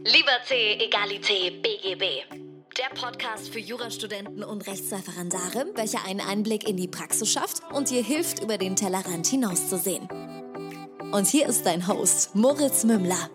Liberté, Egalité, BGB. Der Podcast für Jurastudenten und Rechtsreferendare, welcher einen Einblick in die Praxis schafft und dir hilft, über den Tellerrand hinauszusehen. Und hier ist dein Host, Moritz Mümmler.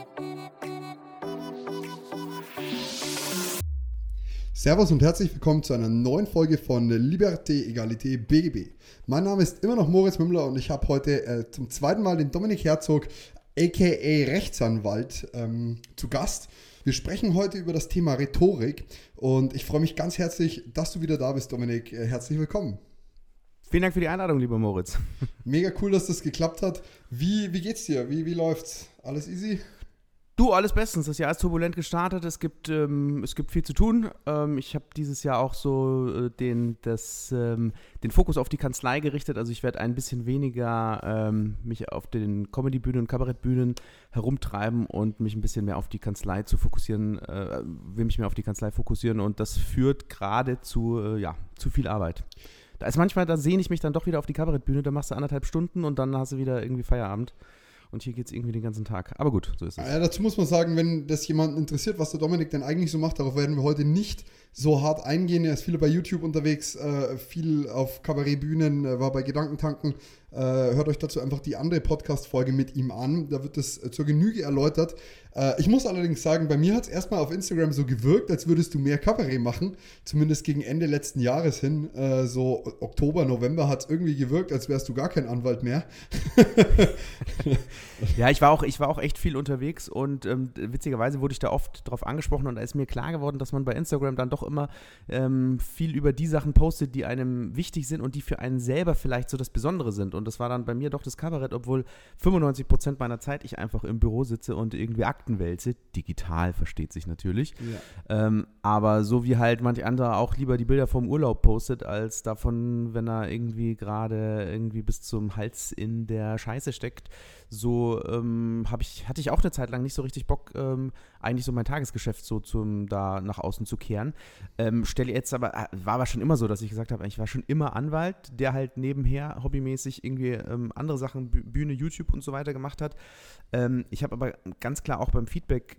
Servus und herzlich willkommen zu einer neuen Folge von Liberté, Egalité, BGB. Mein Name ist immer noch Moritz Mümmler und ich habe heute zum zweiten Mal den Dominik Herzog, aka Rechtsanwalt, zu Gast. Wir sprechen heute über das Thema Rhetorik und ich freue mich ganz herzlich, dass du wieder da bist, Dominik. Herzlich willkommen. Vielen Dank für die Einladung, lieber Moritz. Mega cool, dass das geklappt hat. Wie geht's dir? Wie läuft's? Alles easy? Du, alles bestens. Das Jahr ist turbulent gestartet. Es gibt viel zu tun. Ich habe dieses Jahr auch so den Fokus auf die Kanzlei gerichtet. Also ich werde ein bisschen weniger mich auf den Comedy-Bühnen und Kabarettbühnen herumtreiben und mich ein bisschen mehr auf die Kanzlei will mich mehr auf die Kanzlei fokussieren. Und das führt gerade zu viel Arbeit. Da sehne ich mich dann doch wieder auf die Kabarettbühne. Da machst du 1,5 Stunden und dann hast du wieder irgendwie Feierabend. Und hier geht es irgendwie den ganzen Tag. Aber gut, so ist es. Ja, dazu muss man sagen, wenn das jemanden interessiert, was der Dominik denn eigentlich so macht, darauf werden wir heute nicht so hart eingehen. Er ist viel bei YouTube unterwegs, viel auf Kabarettbühnen, war bei Gedankentanken. Hört euch dazu einfach die andere Podcast-Folge mit ihm an. Da wird das zur Genüge erläutert. Ich muss allerdings sagen, bei mir hat es erstmal auf Instagram so gewirkt, als würdest du mehr Kabarett machen. Zumindest gegen Ende letzten Jahres hin. So Oktober, November hat es irgendwie gewirkt, als wärst du gar kein Anwalt mehr. Ja, ich war auch echt viel unterwegs und witzigerweise wurde ich da oft drauf angesprochen und da ist mir klar geworden, dass man bei Instagram dann doch immer viel über die Sachen postet, die einem wichtig sind und die für einen selber vielleicht so das Besondere sind. Und das war dann bei mir doch das Kabarett, obwohl 95% meiner Zeit ich einfach im Büro sitze und irgendwie Akten wälze. Digital, versteht sich natürlich. Ja. Aber so wie halt manch anderer auch lieber die Bilder vom Urlaub postet, als davon, wenn er irgendwie gerade irgendwie bis zum Hals in der Scheiße steckt. So hatte ich auch eine Zeit lang nicht so richtig Bock, eigentlich so mein Tagesgeschäft so da nach außen zu kehren. War aber schon immer so, dass ich gesagt habe, ich war schon immer Anwalt, der halt nebenher hobbymäßig irgendwie andere Sachen, Bühne, YouTube und so weiter gemacht hat. Ich habe aber ganz klar auch beim Feedback,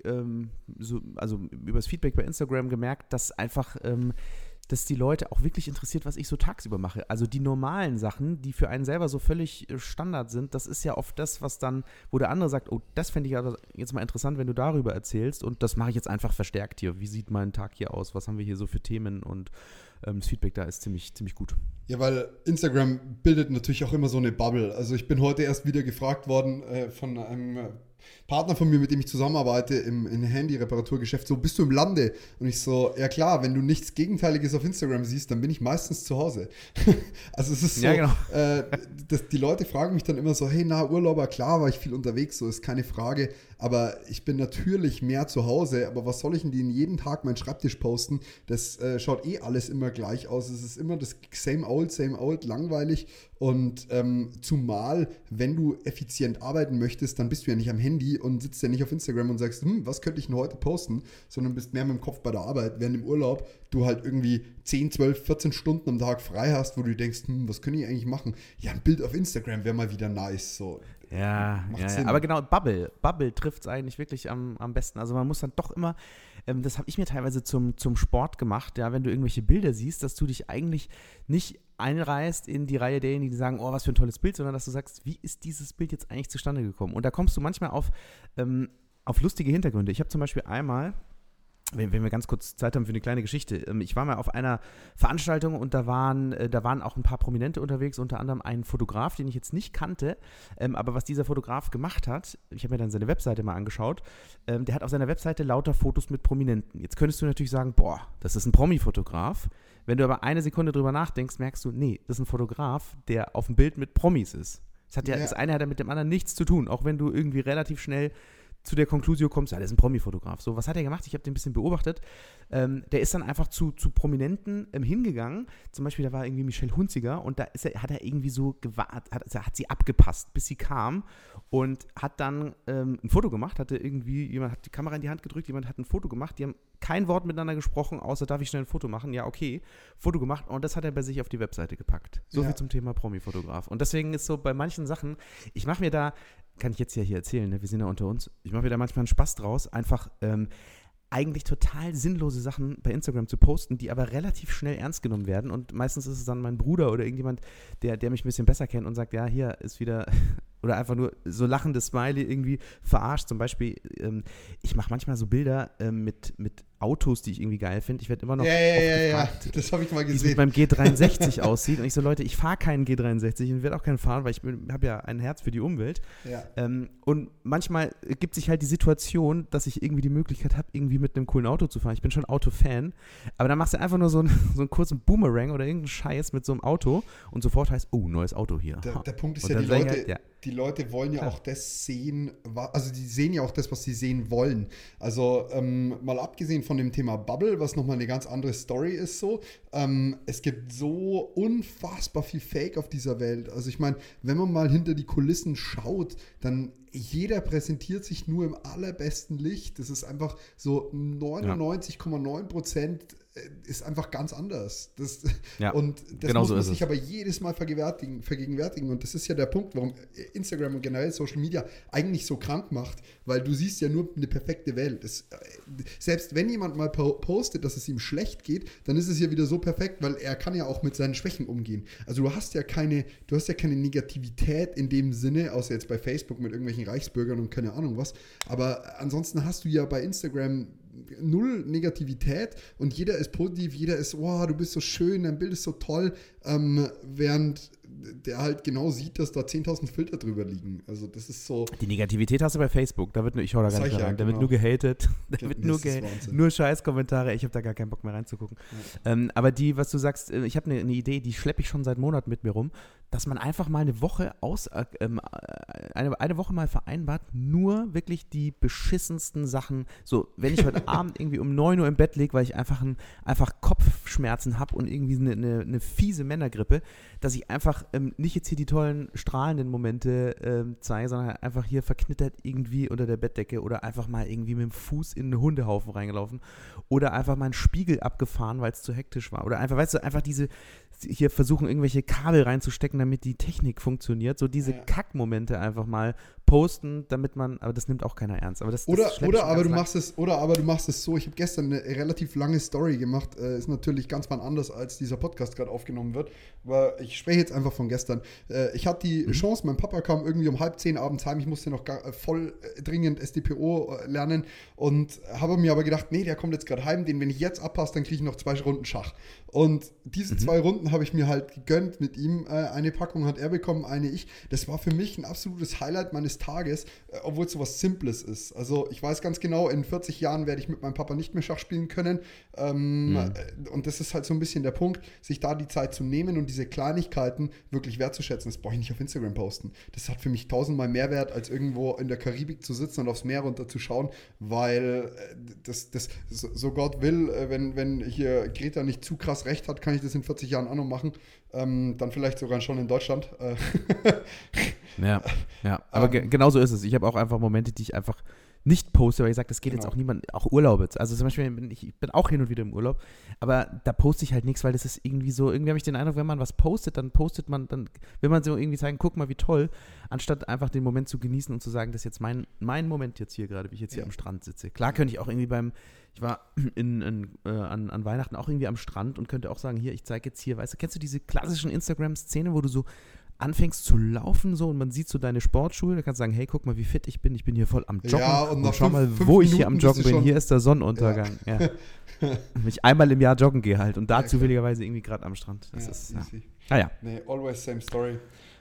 übers Feedback bei Instagram gemerkt, dass einfach dass die Leute auch wirklich interessiert, was ich so tagsüber mache. Also die normalen Sachen, die für einen selber so völlig Standard sind, das ist ja oft das, wo der andere sagt, oh, das fände ich aber jetzt mal interessant, wenn du darüber erzählst und das mache ich jetzt einfach verstärkt hier. Wie sieht mein Tag hier aus? Was haben wir hier so für Themen? Und das Feedback da ist ziemlich gut. Ja, weil Instagram bildet natürlich auch immer so eine Bubble. Also ich bin heute erst wieder gefragt worden von einem Partner von mir, mit dem ich zusammenarbeite im Handy-Reparaturgeschäft, so, bist du im Lande? Und ich so, ja klar, wenn du nichts Gegenteiliges auf Instagram siehst, dann bin ich meistens zu Hause. Also es ist so, ja, genau. Die Leute fragen mich dann immer so, hey, Urlauber, klar, war ich viel unterwegs, so ist keine Frage, aber ich bin natürlich mehr zu Hause, aber was soll ich denn jeden Tag meinen Schreibtisch posten? Das schaut alles immer gleich aus, es ist immer das same old, langweilig. Und zumal, wenn du effizient arbeiten möchtest, dann bist du ja nicht am Handy und sitzt ja nicht auf Instagram und sagst, was könnte ich denn heute posten, sondern bist mehr mit dem Kopf bei der Arbeit, während im Urlaub du halt irgendwie 10, 12, 14 Stunden am Tag frei hast, wo du denkst, was könnte ich eigentlich machen? Ja, ein Bild auf Instagram wäre mal wieder nice. So. Ja, aber genau, Bubble trifft es eigentlich wirklich am besten. Also man muss dann doch immer, das habe ich mir teilweise zum Sport gemacht, ja, wenn du irgendwelche Bilder siehst, dass du dich eigentlich nicht einreißt in die Reihe derjenigen, die sagen, oh, was für ein tolles Bild, sondern dass du sagst, wie ist dieses Bild jetzt eigentlich zustande gekommen? Und da kommst du manchmal auf lustige Hintergründe. Ich habe zum Beispiel einmal, wenn wir ganz kurz Zeit haben für eine kleine Geschichte, ich war mal auf einer Veranstaltung und da waren auch ein paar Prominente unterwegs, unter anderem ein Fotograf, den ich jetzt nicht kannte, aber was dieser Fotograf gemacht hat, ich habe mir dann seine Webseite mal angeschaut, der hat auf seiner Webseite lauter Fotos mit Prominenten. Jetzt könntest du natürlich sagen, boah, das ist ein Promi-Fotograf. Wenn du aber eine Sekunde drüber nachdenkst, merkst du, nee, das ist ein Fotograf, der auf dem Bild mit Promis ist. Das eine hat ja mit dem anderen nichts zu tun, auch wenn du irgendwie relativ schnell zu der Konklusio kommst, ja, der ist ein Promi-Fotograf. So, was hat er gemacht? Ich habe den ein bisschen beobachtet. Der ist dann einfach zu Prominenten hingegangen. Zum Beispiel, da war irgendwie Michelle Hunziker und da hat er irgendwie so gewartet, hat sie abgepasst, bis sie kam und hat dann ein Foto gemacht. Jemand hat die Kamera in die Hand gedrückt, jemand hat ein Foto gemacht. Die haben kein Wort miteinander gesprochen, außer darf ich schnell ein Foto machen? Ja, okay. Foto gemacht und das hat er bei sich auf die Webseite gepackt. So viel zum Thema Promi-Fotograf. Und deswegen ist so bei manchen Sachen, ich mache mir da kann ich jetzt ja hier erzählen, ne? Wir sind ja unter uns. Ich mache mir da manchmal einen Spaß draus, einfach eigentlich total sinnlose Sachen bei Instagram zu posten, die aber relativ schnell ernst genommen werden. Und meistens ist es dann mein Bruder oder irgendjemand, der mich ein bisschen besser kennt und sagt, ja, hier ist wieder, oder einfach nur so lachendes Smiley irgendwie verarscht. Zum Beispiel, ich mache manchmal so Bilder mit Autos, die ich irgendwie geil finde. Ich werde immer noch oft gefragt, das habe ich mal wie es gesehen. mit meinem G63 aussieht. Und ich so, Leute, ich fahre keinen G63 und werde auch keinen fahren, weil ich habe ja ein Herz für die Umwelt. Ja. Und manchmal gibt sich halt die Situation, dass ich irgendwie die Möglichkeit habe, irgendwie mit einem coolen Auto zu fahren. Ich bin schon Autofan, aber dann machst du einfach nur so einen kurzen Boomerang oder irgendeinen Scheiß mit so einem Auto und sofort heißt, oh, neues Auto hier. Der Punkt ist und ja, dann die Leute wollen ja auch das sehen, also die sehen ja auch das, was sie sehen wollen. Also mal abgesehen von dem Thema Bubble, was nochmal eine ganz andere Story ist so, es gibt so unfassbar viel Fake auf dieser Welt. Also ich meine, wenn man mal hinter die Kulissen schaut, dann jeder präsentiert sich nur im allerbesten Licht. Das ist einfach so 99,9% ist einfach ganz anders. Und das genau muss so man ist sich es. aber jedes Mal vergegenwärtigen. Und das ist ja der Punkt, warum Instagram und generell Social Media eigentlich so krank macht, weil du siehst ja nur eine perfekte Welt. Selbst wenn jemand mal postet, dass es ihm schlecht geht, dann ist es ja wieder so perfekt, weil er kann ja auch mit seinen Schwächen umgehen. Also du hast ja keine Negativität in dem Sinne, außer jetzt bei Facebook mit irgendwelchen Reichsbürgern und keine Ahnung was. Aber ansonsten hast du ja bei Instagram null Negativität und jeder ist positiv, jeder ist, wow, du bist so schön, dein Bild ist so toll, während der halt genau sieht, dass da 10.000 Filter drüber liegen. Also das ist so... Die Negativität hast du bei Facebook, ich hau da gar nicht mehr rein, da wird nur gehatet, nur Scheißkommentare, ich habe da gar keinen Bock mehr reinzugucken. Ja. Aber was du sagst, ich habe eine Idee, die schleppe ich schon seit Monaten mit mir rum, dass man einfach mal eine Woche eine Woche mal vereinbart, nur wirklich die beschissensten Sachen, so, wenn ich heute Abend irgendwie um 9 Uhr im Bett liege, weil ich einfach Kopfschmerzen habe und irgendwie eine fiese Männergrippe, dass ich einfach nicht jetzt hier die tollen strahlenden Momente zeige, sondern halt einfach hier verknittert irgendwie unter der Bettdecke oder einfach mal irgendwie mit dem Fuß in einen Hundehaufen reingelaufen oder einfach mal einen Spiegel abgefahren, weil es zu hektisch war oder einfach, weißt du, einfach hier versuchen, irgendwelche Kabel reinzustecken, damit die Technik funktioniert. So diese Kackmomente einfach mal posten, aber das nimmt auch keiner ernst. Aber du machst es so, ich habe gestern eine relativ lange Story gemacht, ist natürlich ganz wann anders, als dieser Podcast gerade aufgenommen wird, aber ich spreche jetzt einfach von gestern. Ich hatte die Chance, mein Papa kam irgendwie um 9:30 abends heim, ich musste noch voll dringend StPO lernen und habe mir aber gedacht, nee, der kommt jetzt gerade heim, wenn ich jetzt abpasse, dann kriege ich noch 2 Runden Schach. Und diese 2 Runden habe ich mir halt gegönnt mit ihm. Eine Packung hat er bekommen, eine ich. Das war für mich ein absolutes Highlight meines Tages, obwohl es so was Simples ist. Also ich weiß ganz genau, in 40 Jahren werde ich mit meinem Papa nicht mehr Schach spielen können. Und das ist halt so ein bisschen der Punkt, sich da die Zeit zu nehmen und diese Kleinigkeiten wirklich wertzuschätzen. Das brauche ich nicht auf Instagram posten. Das hat für mich 1000-mal mehr Wert, als irgendwo in der Karibik zu sitzen und aufs Meer runterzuschauen, weil so Gott will, wenn hier Greta nicht zu krass recht hat, kann ich das in 40 Jahren auch noch machen. Dann vielleicht sogar schon in Deutschland. Ja, aber genau so ist es. Ich habe auch einfach Momente, die ich einfach nicht poste, weil ich sage, das geht jetzt auch niemand, auch Urlaube. Also zum Beispiel, ich bin auch hin und wieder im Urlaub, aber da poste ich halt nichts, weil das ist irgendwie so, irgendwie habe ich den Eindruck, wenn man was postet, dann will man so irgendwie zeigen, guck mal, wie toll, anstatt einfach den Moment zu genießen und zu sagen, das ist jetzt mein Moment jetzt hier gerade, wie ich jetzt hier am Strand sitze. Klar könnte ich auch irgendwie ich war an Weihnachten auch irgendwie am Strand und könnte auch sagen, hier, ich zeige jetzt hier, weißt du, kennst du diese klassischen Instagram-Szenen, wo du so anfängst zu laufen so und man sieht so deine Sportschuhe, da kannst du sagen, hey, guck mal, wie fit ich bin hier voll am Joggen. Ja, und schau mal, wo ich hier am Joggen bin, hier ist der Sonnenuntergang. Ja. Wenn ich einmal im Jahr joggen gehe halt und da zufälligerweise irgendwie gerade am Strand. Das ist, easy. Nee, always same story.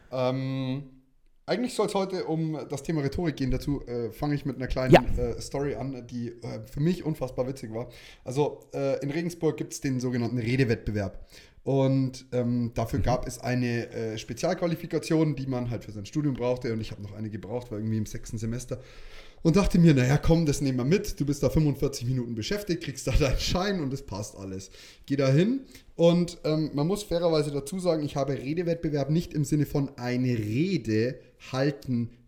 Eigentlich soll es heute um das Thema Rhetorik gehen. Dazu fange ich mit einer kleinen Story an, die für mich unfassbar witzig war. Also in Regensburg gibt es den sogenannten Redewettbewerb. Und dafür gab es eine Spezialqualifikation, die man halt für sein Studium brauchte. Und ich habe noch eine gebraucht, war irgendwie im 6. Semester. Und dachte mir, naja, komm, das nehmen wir mit. Du bist da 45 Minuten beschäftigt, kriegst da deinen Schein und es passt alles. Geh da hin und man muss fairerweise dazu sagen, ich habe Redewettbewerb nicht im Sinne von eine Rede halten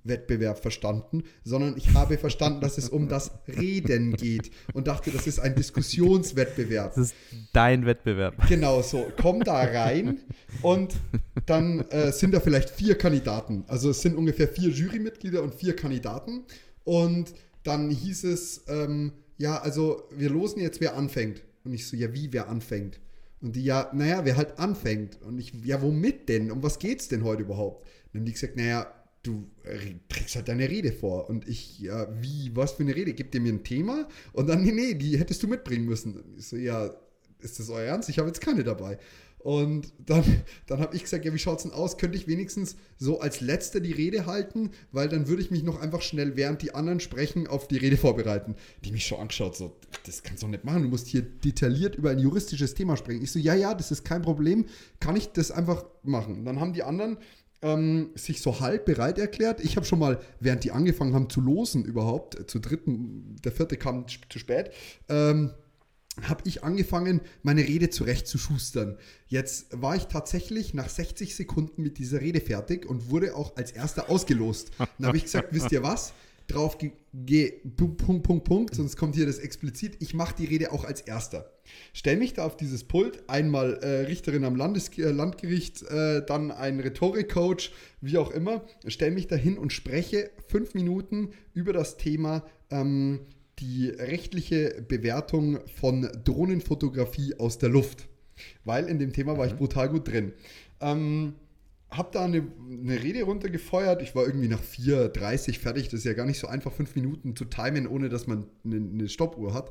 Wettbewerb verstanden, sondern ich habe verstanden, dass es um das Reden geht und dachte, das ist ein Diskussionswettbewerb. Das ist dein Wettbewerb. Genau so. Komm da rein und dann sind da vielleicht 4 Kandidaten. Also es sind ungefähr 4 Jurymitglieder und 4 Kandidaten. Und dann hieß es, also wir losen jetzt, wer anfängt. Und ich so, ja, wie, wer anfängt? Und die, ja, naja, wer halt anfängt. Und ich, ja, womit denn? Um was geht's denn heute überhaupt? Und dann haben die gesagt, naja, du trägst halt deine Rede vor. Und ich, ja, wie, was für eine Rede? Gib dir mir ein Thema? Und dann, nee, die hättest du mitbringen müssen. Und ich so, ja, ist das euer Ernst? Ich habe jetzt keine dabei. Und dann habe ich gesagt, ja, wie schaut's denn aus? Könnte ich wenigstens so als Letzter die Rede halten? Weil dann würde ich mich noch einfach schnell, während die anderen sprechen, auf die Rede vorbereiten. Die mich schon angeschaut, so, das kannst du doch nicht machen. Du musst hier detailliert über ein juristisches Thema sprechen. Ich so, ja, das ist kein Problem. Kann ich das einfach machen? Und dann haben die anderen sich so halb bereit erklärt. Ich habe schon mal, während die angefangen haben zu losen überhaupt, zu dritten, der 4. kam zu spät, habe ich angefangen, meine Rede zurechtzuschustern. Jetzt war ich tatsächlich nach 60 Sekunden mit dieser Rede fertig und wurde auch als Erster ausgelost. Dann habe ich gesagt, wisst ihr was? Drauf Punkt, sonst kommt hier das explizit. Ich mache die Rede auch als Erster. Stell mich da auf dieses Pult, einmal Richterin am Landgericht, dann ein Rhetorikcoach, wie auch immer. Stell mich da hin und spreche 5 Minuten über das Thema die rechtliche Bewertung von Drohnenfotografie aus der Luft. Weil in dem Thema war ich brutal gut drin. Hab da eine Rede runtergefeuert. Ich war irgendwie nach 4:30 fertig. Das ist ja gar nicht so einfach, 5 Minuten zu timen, ohne dass man eine Stoppuhr hat.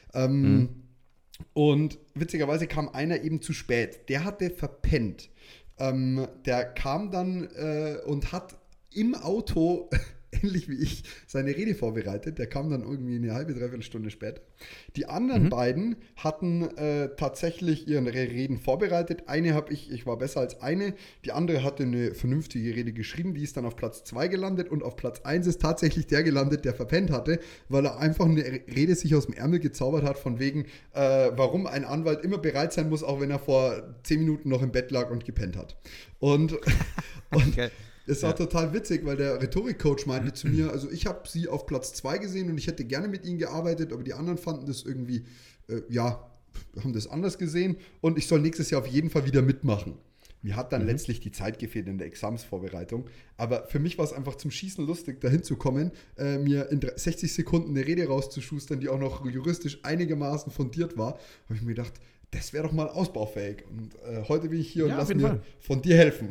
Und witzigerweise kam einer eben zu spät. Der hatte verpennt. Der kam dann und hat im Auto ähnlich wie ich, seine Rede vorbereitet. Der kam dann irgendwie eine halbe, dreiviertel Stunde später. Die anderen beiden hatten tatsächlich ihre Reden vorbereitet. Eine habe ich war besser als eine. Die andere hatte eine vernünftige Rede geschrieben. Die ist dann auf Platz 2 gelandet und auf Platz 1 ist tatsächlich der gelandet, der verpennt hatte, weil er einfach eine Rede sich aus dem Ärmel gezaubert hat, von wegen, warum ein Anwalt immer bereit sein muss, auch wenn er vor 10 Minuten noch im Bett lag und gepennt hat. Und okay. Es war total witzig, weil der Rhetorikcoach meinte zu mir, also ich habe sie auf Platz 2 gesehen und ich hätte gerne mit ihnen gearbeitet, aber die anderen fanden das irgendwie, haben das anders gesehen und ich soll nächstes Jahr auf jeden Fall wieder mitmachen. Mir hat dann letztlich die Zeit gefehlt in der Examsvorbereitung, aber für mich war es einfach zum Schießen lustig, dahin zu kommen, mir in 60 Sekunden eine Rede rauszuschustern, die auch noch juristisch einigermaßen fundiert war. Habe ich mir gedacht, das wäre doch mal ausbaufähig. Und heute bin ich hier und lass mir von dir helfen.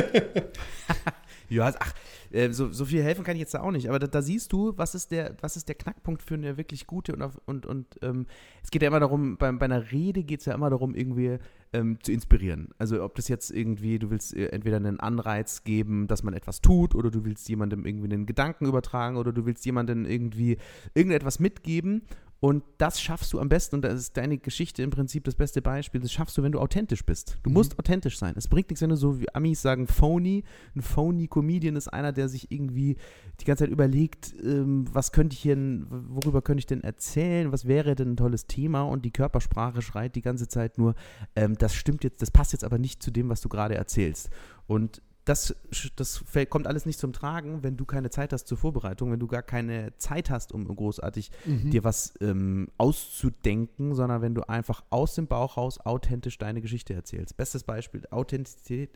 Ja, so viel helfen kann ich jetzt da auch nicht. Aber da siehst du, was ist der Knackpunkt für eine wirklich gute und es geht ja immer darum, bei einer Rede geht es ja immer darum, irgendwie zu inspirieren. Also ob das jetzt irgendwie, du willst entweder einen Anreiz geben, dass man etwas tut, oder du willst jemandem irgendwie einen Gedanken übertragen, oder du willst jemandem irgendwie irgendetwas mitgeben. Und das schaffst du am besten, und da ist deine Geschichte im Prinzip das beste Beispiel, das schaffst du, wenn du authentisch bist. Du musst authentisch sein. Es bringt nichts, wenn du so, wie Amis sagen, phony. Ein phony Comedian ist einer, der sich irgendwie die ganze Zeit überlegt, worüber könnte ich denn erzählen, was wäre denn ein tolles Thema, und die Körpersprache schreit die ganze Zeit nur, das passt jetzt aber nicht zu dem, was du gerade erzählst. Und das kommt alles nicht zum Tragen, wenn du keine Zeit hast zur Vorbereitung, wenn du gar keine Zeit hast, um großartig dir was auszudenken, sondern wenn du einfach aus dem Bauch raus authentisch deine Geschichte erzählst. Bestes Beispiel, Authentizität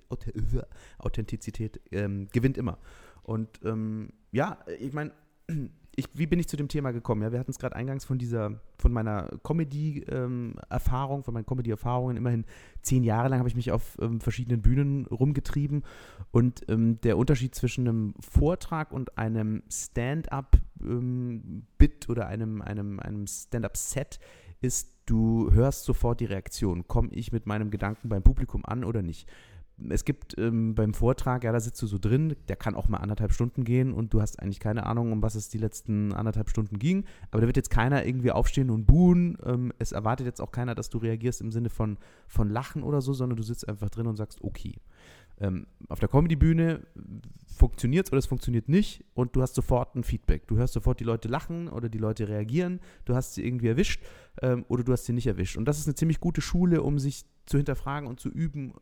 gewinnt immer. Und ich meine, wie bin ich zu dem Thema gekommen? Ja, wir hatten es gerade eingangs von meiner Comedy-Erfahrung, von meinen Comedy-Erfahrungen. Immerhin 10 Jahre lang habe ich mich auf verschiedenen Bühnen rumgetrieben. Und der Unterschied zwischen einem Vortrag und einem Stand-up-Bit oder einem Stand-up-Set ist, du hörst sofort die Reaktion. Komme ich mit meinem Gedanken beim Publikum an oder nicht? Es gibt beim Vortrag, da sitzt du so drin, der kann auch mal 1,5 Stunden gehen und du hast eigentlich keine Ahnung, um was es die letzten 1,5 Stunden ging, aber da wird jetzt keiner irgendwie aufstehen und buhen, es erwartet jetzt auch keiner, dass du reagierst im Sinne von Lachen oder so, sondern du sitzt einfach drin und sagst, okay. Auf der Comedy-Bühne funktioniert es oder es funktioniert nicht, und du hast sofort ein Feedback. Du hörst sofort die Leute lachen oder die Leute reagieren, du hast sie irgendwie erwischt oder du hast sie nicht erwischt. Und das ist eine ziemlich gute Schule, um sich zu hinterfragen und zu üben,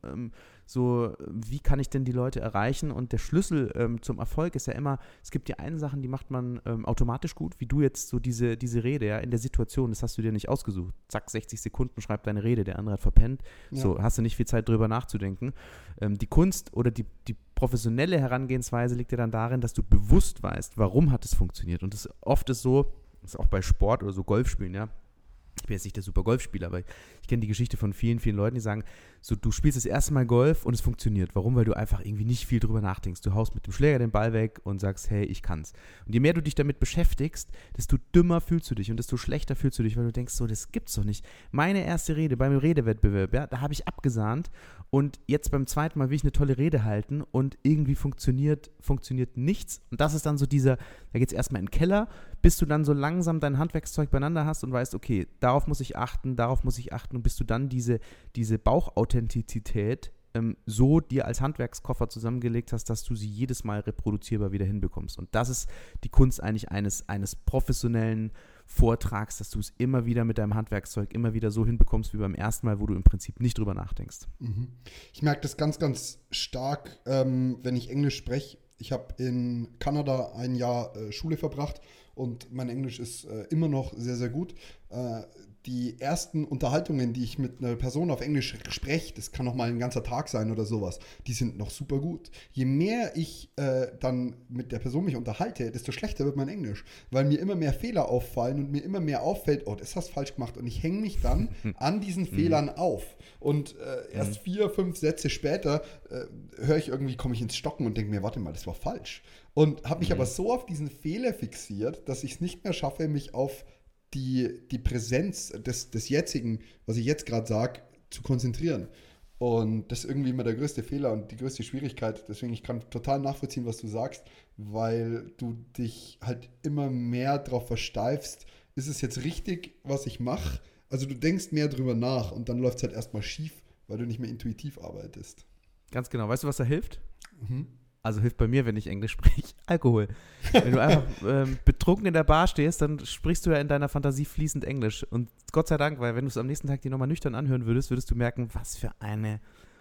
so wie kann ich denn die Leute erreichen, und der Schlüssel zum Erfolg ist ja immer, es gibt ja eine Sache, die macht man automatisch gut, wie du jetzt so diese Rede, ja, in der Situation, das hast du dir nicht ausgesucht, zack, 60 Sekunden, schreib deine Rede, der andere hat verpennt, so hast du nicht viel Zeit drüber nachzudenken. Die Kunst oder die professionelle Herangehensweise liegt ja dann darin, dass du bewusst weißt, warum hat es funktioniert, und das oft ist so, das ist auch bei Sport oder so Golfspielen, ja. Ich bin jetzt nicht der super Golfspieler, aber ich kenne die Geschichte von vielen, vielen Leuten, die sagen, so, du spielst das erste Mal Golf und es funktioniert. Warum? Weil du einfach irgendwie nicht viel drüber nachdenkst. Du haust mit dem Schläger den Ball weg und sagst, hey, ich kann's. Und je mehr du dich damit beschäftigst, desto dümmer fühlst du dich und desto schlechter fühlst du dich, weil du denkst, so, das gibt's doch nicht. Meine erste Rede beim Redewettbewerb, ja, da habe ich abgesahnt, und jetzt beim zweiten Mal will ich eine tolle Rede halten und irgendwie funktioniert nichts. Und das ist dann so da geht's erstmal in den Keller, bis du dann so langsam dein Handwerkszeug beieinander hast und weißt, okay, darauf muss ich achten, und bis du dann diese Bauchauthentizität so dir als Handwerkskoffer zusammengelegt hast, dass du sie jedes Mal reproduzierbar wieder hinbekommst. Und das ist die Kunst eigentlich eines professionellen Vortrags, dass du es immer wieder mit deinem Handwerkszeug immer wieder so hinbekommst wie beim ersten Mal, wo du im Prinzip nicht drüber nachdenkst. Ich merke das ganz, ganz stark, wenn ich Englisch spreche. Ich habe in Kanada ein Jahr Schule verbracht und mein Englisch ist immer noch sehr, sehr gut. Die ersten Unterhaltungen, die ich mit einer Person auf Englisch spreche, das kann auch mal ein ganzer Tag sein oder sowas, die sind noch super gut. Je mehr ich dann mit der Person mich unterhalte, desto schlechter wird mein Englisch, weil mir immer mehr Fehler auffallen und mir immer mehr auffällt, oh, das hast du falsch gemacht, und ich hänge mich dann an diesen Fehlern auf. Und erst 4, 5 Sätze später höre ich irgendwie, komme ich ins Stocken und denke mir, warte mal, das war falsch. Und habe mich aber so auf diesen Fehler fixiert, dass ich es nicht mehr schaffe, mich auf die Präsenz des Jetzigen, was ich jetzt gerade sage, zu konzentrieren. Und das ist irgendwie immer der größte Fehler und die größte Schwierigkeit. Deswegen, ich kann total nachvollziehen, was du sagst, weil du dich halt immer mehr darauf versteifst, ist es jetzt richtig, was ich mache? Also du denkst mehr drüber nach und dann läuft es halt erstmal schief, weil du nicht mehr intuitiv arbeitest. Ganz genau. Weißt du, was da hilft? Also hilft bei mir, wenn ich Englisch spreche, Alkohol. Wenn du einfach betrunken in der Bar stehst, dann sprichst du ja in deiner Fantasie fließend Englisch. Und Gott sei Dank, weil wenn du es am nächsten Tag dir nochmal nüchtern anhören würdest du merken, was für eine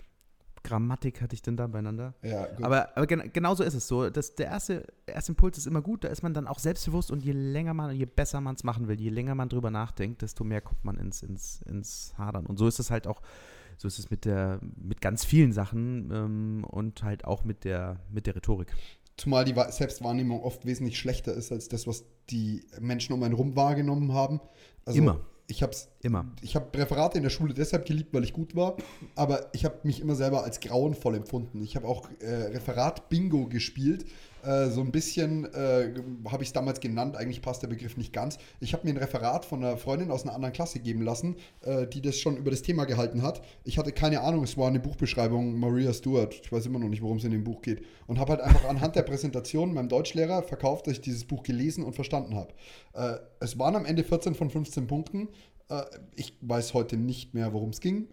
Grammatik hatte ich denn da beieinander. Ja, gut. Aber genau so ist es so. Der erste Impuls ist immer gut, da ist man dann auch selbstbewusst, und je besser man es machen will, je länger man drüber nachdenkt, desto mehr kommt man ins Hadern. Und so ist es halt auch. So ist es mit ganz vielen Sachen und halt auch mit der Rhetorik. Zumal die Selbstwahrnehmung oft wesentlich schlechter ist als das, was die Menschen um einen rum wahrgenommen haben. Also immer. Ich habe Referate in der Schule deshalb geliebt, weil ich gut war, aber ich habe mich immer selber als grauenvoll empfunden. Ich habe auch Referat-Bingo gespielt. So ein bisschen habe ich es damals genannt, eigentlich passt der Begriff nicht ganz. Ich habe mir ein Referat von einer Freundin aus einer anderen Klasse geben lassen, die das schon über das Thema gehalten hat. Ich hatte keine Ahnung, es war eine Buchbeschreibung, Maria Stuart, ich weiß immer noch nicht, worum es in dem Buch geht. Und habe halt einfach anhand der Präsentation meinem Deutschlehrer verkauft, dass ich dieses Buch gelesen und verstanden habe. Es waren am Ende 14 von 15 Punkten. Ich weiß heute nicht mehr, worum es ging,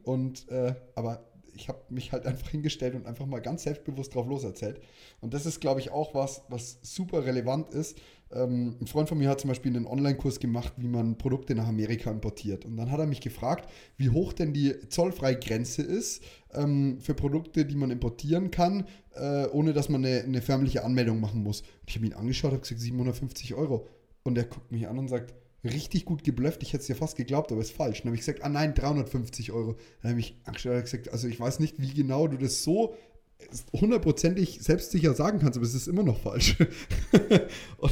aber ich habe mich halt einfach hingestellt und einfach mal ganz selbstbewusst drauf loserzählt. Und das ist, glaube ich, auch was super relevant ist. Ein Freund von mir hat zum Beispiel einen Online-Kurs gemacht, wie man Produkte nach Amerika importiert. Und dann hat er mich gefragt, wie hoch denn die Zollfreigrenze ist für Produkte, die man importieren kann, ohne dass man eine förmliche Anmeldung machen muss. Und ich habe ihn angeschaut und habe gesagt, 750 €. Und er guckt mich an und sagt, richtig gut geblufft, ich hätte es dir fast geglaubt, aber ist falsch. Dann habe ich gesagt, nein, 350 €. Dann habe ich angeschaut und gesagt, also ich weiß nicht, wie genau du das so hundertprozentig selbstsicher sagen kannst, aber es ist immer noch falsch. Und,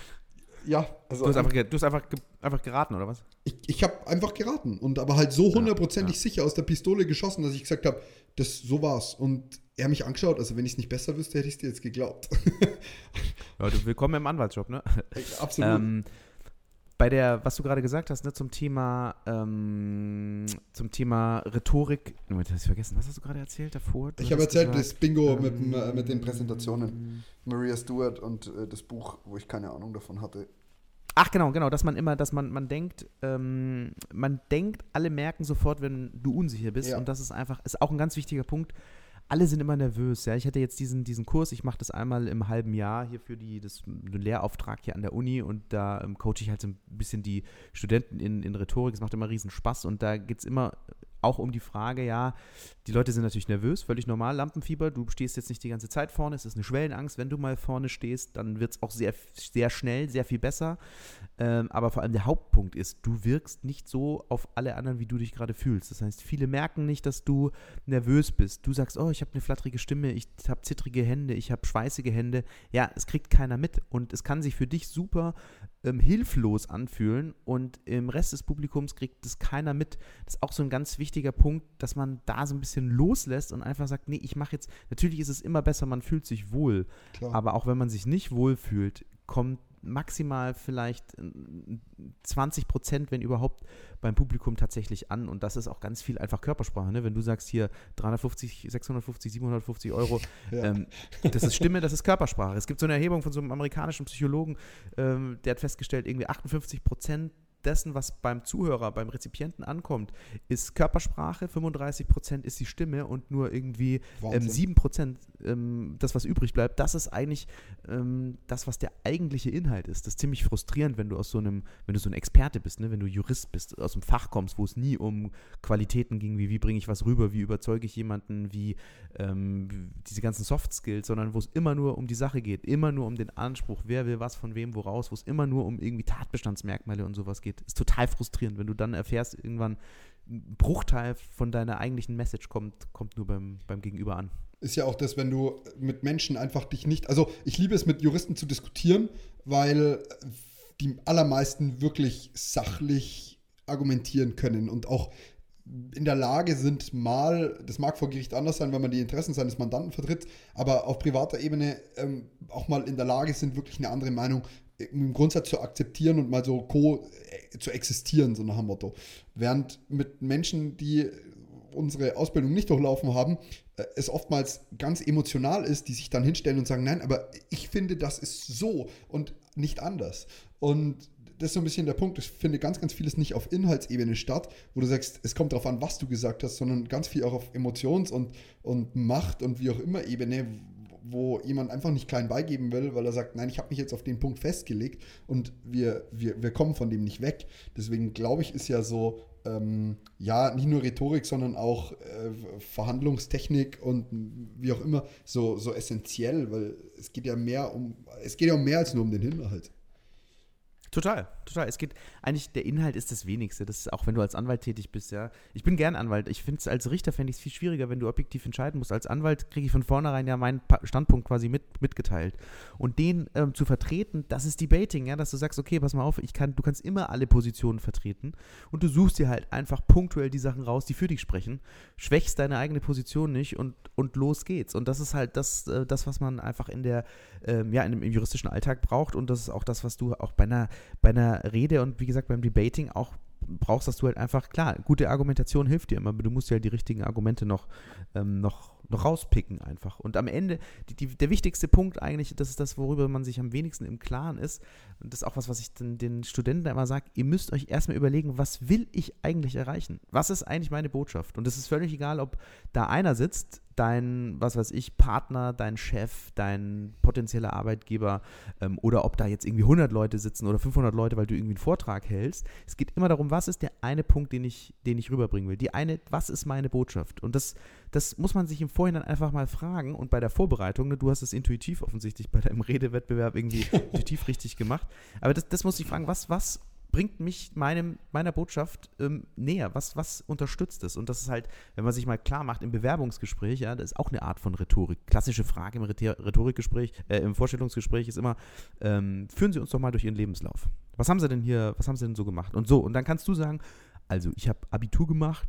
ja, also du hast einfach geraten, oder was? Ich habe einfach geraten und aber halt so hundertprozentig sicher aus der Pistole geschossen, dass ich gesagt habe, so war's. Und er hat mich angeschaut, also wenn ich es nicht besser wüsste, hätte ich es dir jetzt geglaubt. Ja, willkommen im Anwaltsjob, ne? Absolut. Was du gerade gesagt hast, ne, zum Thema Rhetorik, Moment, hast du vergessen, was hast du gerade erzählt davor? Ich habe erzählt, das Bingo mit den Präsentationen, Maria Stuart und das Buch, wo ich keine Ahnung davon hatte. Ach genau, dass man denkt, alle merken sofort, wenn du unsicher bist, ja. Und das ist auch ein ganz wichtiger Punkt. Alle sind immer nervös, ja. Ich hatte jetzt diesen Kurs, ich mache das einmal im halben Jahr hier für den Lehrauftrag hier an der Uni, und da coache ich halt so ein bisschen die Studenten in Rhetorik. Es macht immer riesen Spaß, und da geht es immer auch um die Frage, ja, die Leute sind natürlich nervös, völlig normal, Lampenfieber, du stehst jetzt nicht die ganze Zeit vorne, es ist eine Schwellenangst, wenn du mal vorne stehst, dann wird es auch sehr, sehr schnell, sehr viel besser, aber vor allem der Hauptpunkt ist, du wirkst nicht so auf alle anderen, wie du dich gerade fühlst. Das heißt, viele merken nicht, dass du nervös bist. Du sagst, oh, ich habe eine flatterige Stimme, ich habe zittrige Hände, ich habe schweißige Hände. Ja, es kriegt keiner mit und es kann sich für dich super hilflos anfühlen und im Rest des Publikums kriegt es keiner mit. Das ist auch so ein ganz wichtiger Punkt, dass man da so ein bisschen loslässt und einfach sagt, nee, ich mache jetzt, natürlich ist es immer besser, man fühlt sich wohl, Klar. aber auch wenn man sich nicht wohl fühlt, kommt maximal vielleicht 20%, wenn überhaupt, beim Publikum tatsächlich an und das ist auch ganz viel einfach Körpersprache, ne? Wenn du sagst hier 350, 650, 750 Euro, Ja. das ist Stimme, das ist Körpersprache. Es gibt so eine Erhebung von so einem amerikanischen Psychologen, der hat festgestellt, irgendwie 58% dessen, was beim Zuhörer, beim Rezipienten ankommt, ist Körpersprache, 35% ist die Stimme und nur irgendwie 7%, das, was übrig bleibt, das ist eigentlich das, was der eigentliche Inhalt ist. Das ist ziemlich frustrierend, wenn du wenn du so ein Experte bist, ne? Wenn du Jurist bist, aus dem Fach kommst, wo es nie um Qualitäten ging, wie bringe ich was rüber, wie überzeuge ich jemanden, wie diese ganzen Soft Skills, sondern wo es immer nur um die Sache geht, immer nur um den Anspruch, wer will was von wem woraus, wo es immer nur um irgendwie Tatbestandsmerkmale und sowas geht. Ist total frustrierend, wenn du dann erfährst, irgendwann ein Bruchteil von deiner eigentlichen Message kommt nur beim Gegenüber an. Ist ja auch das, wenn du mit Menschen einfach dich nicht, also ich liebe es, mit Juristen zu diskutieren, weil die allermeisten wirklich sachlich argumentieren können und auch in der Lage sind, das mag vor Gericht anders sein, wenn man die Interessen seines Mandanten vertritt, aber auf privater Ebene auch mal in der Lage sind, wirklich eine andere Meinung im Grundsatz zu akzeptieren und mal so zu existieren, so nach dem Motto. Während mit Menschen, die unsere Ausbildung nicht durchlaufen haben, es oftmals ganz emotional ist, die sich dann hinstellen und sagen, nein, aber ich finde, das ist so und nicht anders. Und das ist so ein bisschen der Punkt, ich finde ganz, ganz vieles nicht auf Inhaltsebene statt, wo du sagst, es kommt darauf an, was du gesagt hast, sondern ganz viel auch auf Emotions- und Macht- und wie auch immer Ebene, wo jemand einfach nicht klein beigeben will, weil er sagt, nein, ich habe mich jetzt auf den Punkt festgelegt und wir kommen von dem nicht weg. Deswegen glaube ich, ist ja so, nicht nur Rhetorik, sondern auch Verhandlungstechnik und wie auch immer so essentiell, weil es geht ja um mehr als nur um den Inhalt. Total. Es geht eigentlich, der Inhalt ist das Wenigste. Das ist auch, wenn du als Anwalt tätig bist, ja. Ich bin gern Anwalt. Ich finde es als Richter fände ich es viel schwieriger, wenn du objektiv entscheiden musst. Als Anwalt kriege ich von vornherein ja meinen Standpunkt quasi mitgeteilt. Und den zu vertreten, das ist Debating, ja, dass du sagst, okay, pass mal auf, du kannst immer alle Positionen vertreten und du suchst dir halt einfach punktuell die Sachen raus, die für dich sprechen, schwächst deine eigene Position nicht und los geht's. Und das ist halt das was man einfach im juristischen Alltag braucht und das ist auch das, was du auch bei einer Rede und wie gesagt beim Debating auch brauchst, dass du halt einfach, klar, gute Argumentation hilft dir immer, aber du musst ja die richtigen Argumente noch rauspicken einfach. Und am Ende, der wichtigste Punkt eigentlich, das ist das, worüber man sich am wenigsten im Klaren ist, und das ist auch was ich den Studenten immer sage, ihr müsst euch erstmal überlegen, was will ich eigentlich erreichen? Was ist eigentlich meine Botschaft? Und es ist völlig egal, ob da einer sitzt, dein, Partner, dein Chef, dein potenzieller Arbeitgeber oder ob da jetzt irgendwie 100 Leute sitzen oder 500 Leute, weil du irgendwie einen Vortrag hältst. Es geht immer darum, was ist der eine Punkt, den ich rüberbringen will. Was ist meine Botschaft? Und das muss man sich im Vorhinein einfach mal fragen und bei der Vorbereitung, ne, du hast es intuitiv offensichtlich bei deinem Redewettbewerb irgendwie intuitiv richtig gemacht, aber das muss ich fragen, was bringt mich meiner Botschaft näher? Was unterstützt es? Und das ist halt, wenn man sich mal klar macht, im Bewerbungsgespräch, ja, das ist auch eine Art von Rhetorik. Klassische Frage im Rhetorikgespräch, im Vorstellungsgespräch ist immer, führen Sie uns doch mal durch Ihren Lebenslauf. Was haben Sie denn so gemacht? Und dann kannst du sagen, also ich habe Abitur gemacht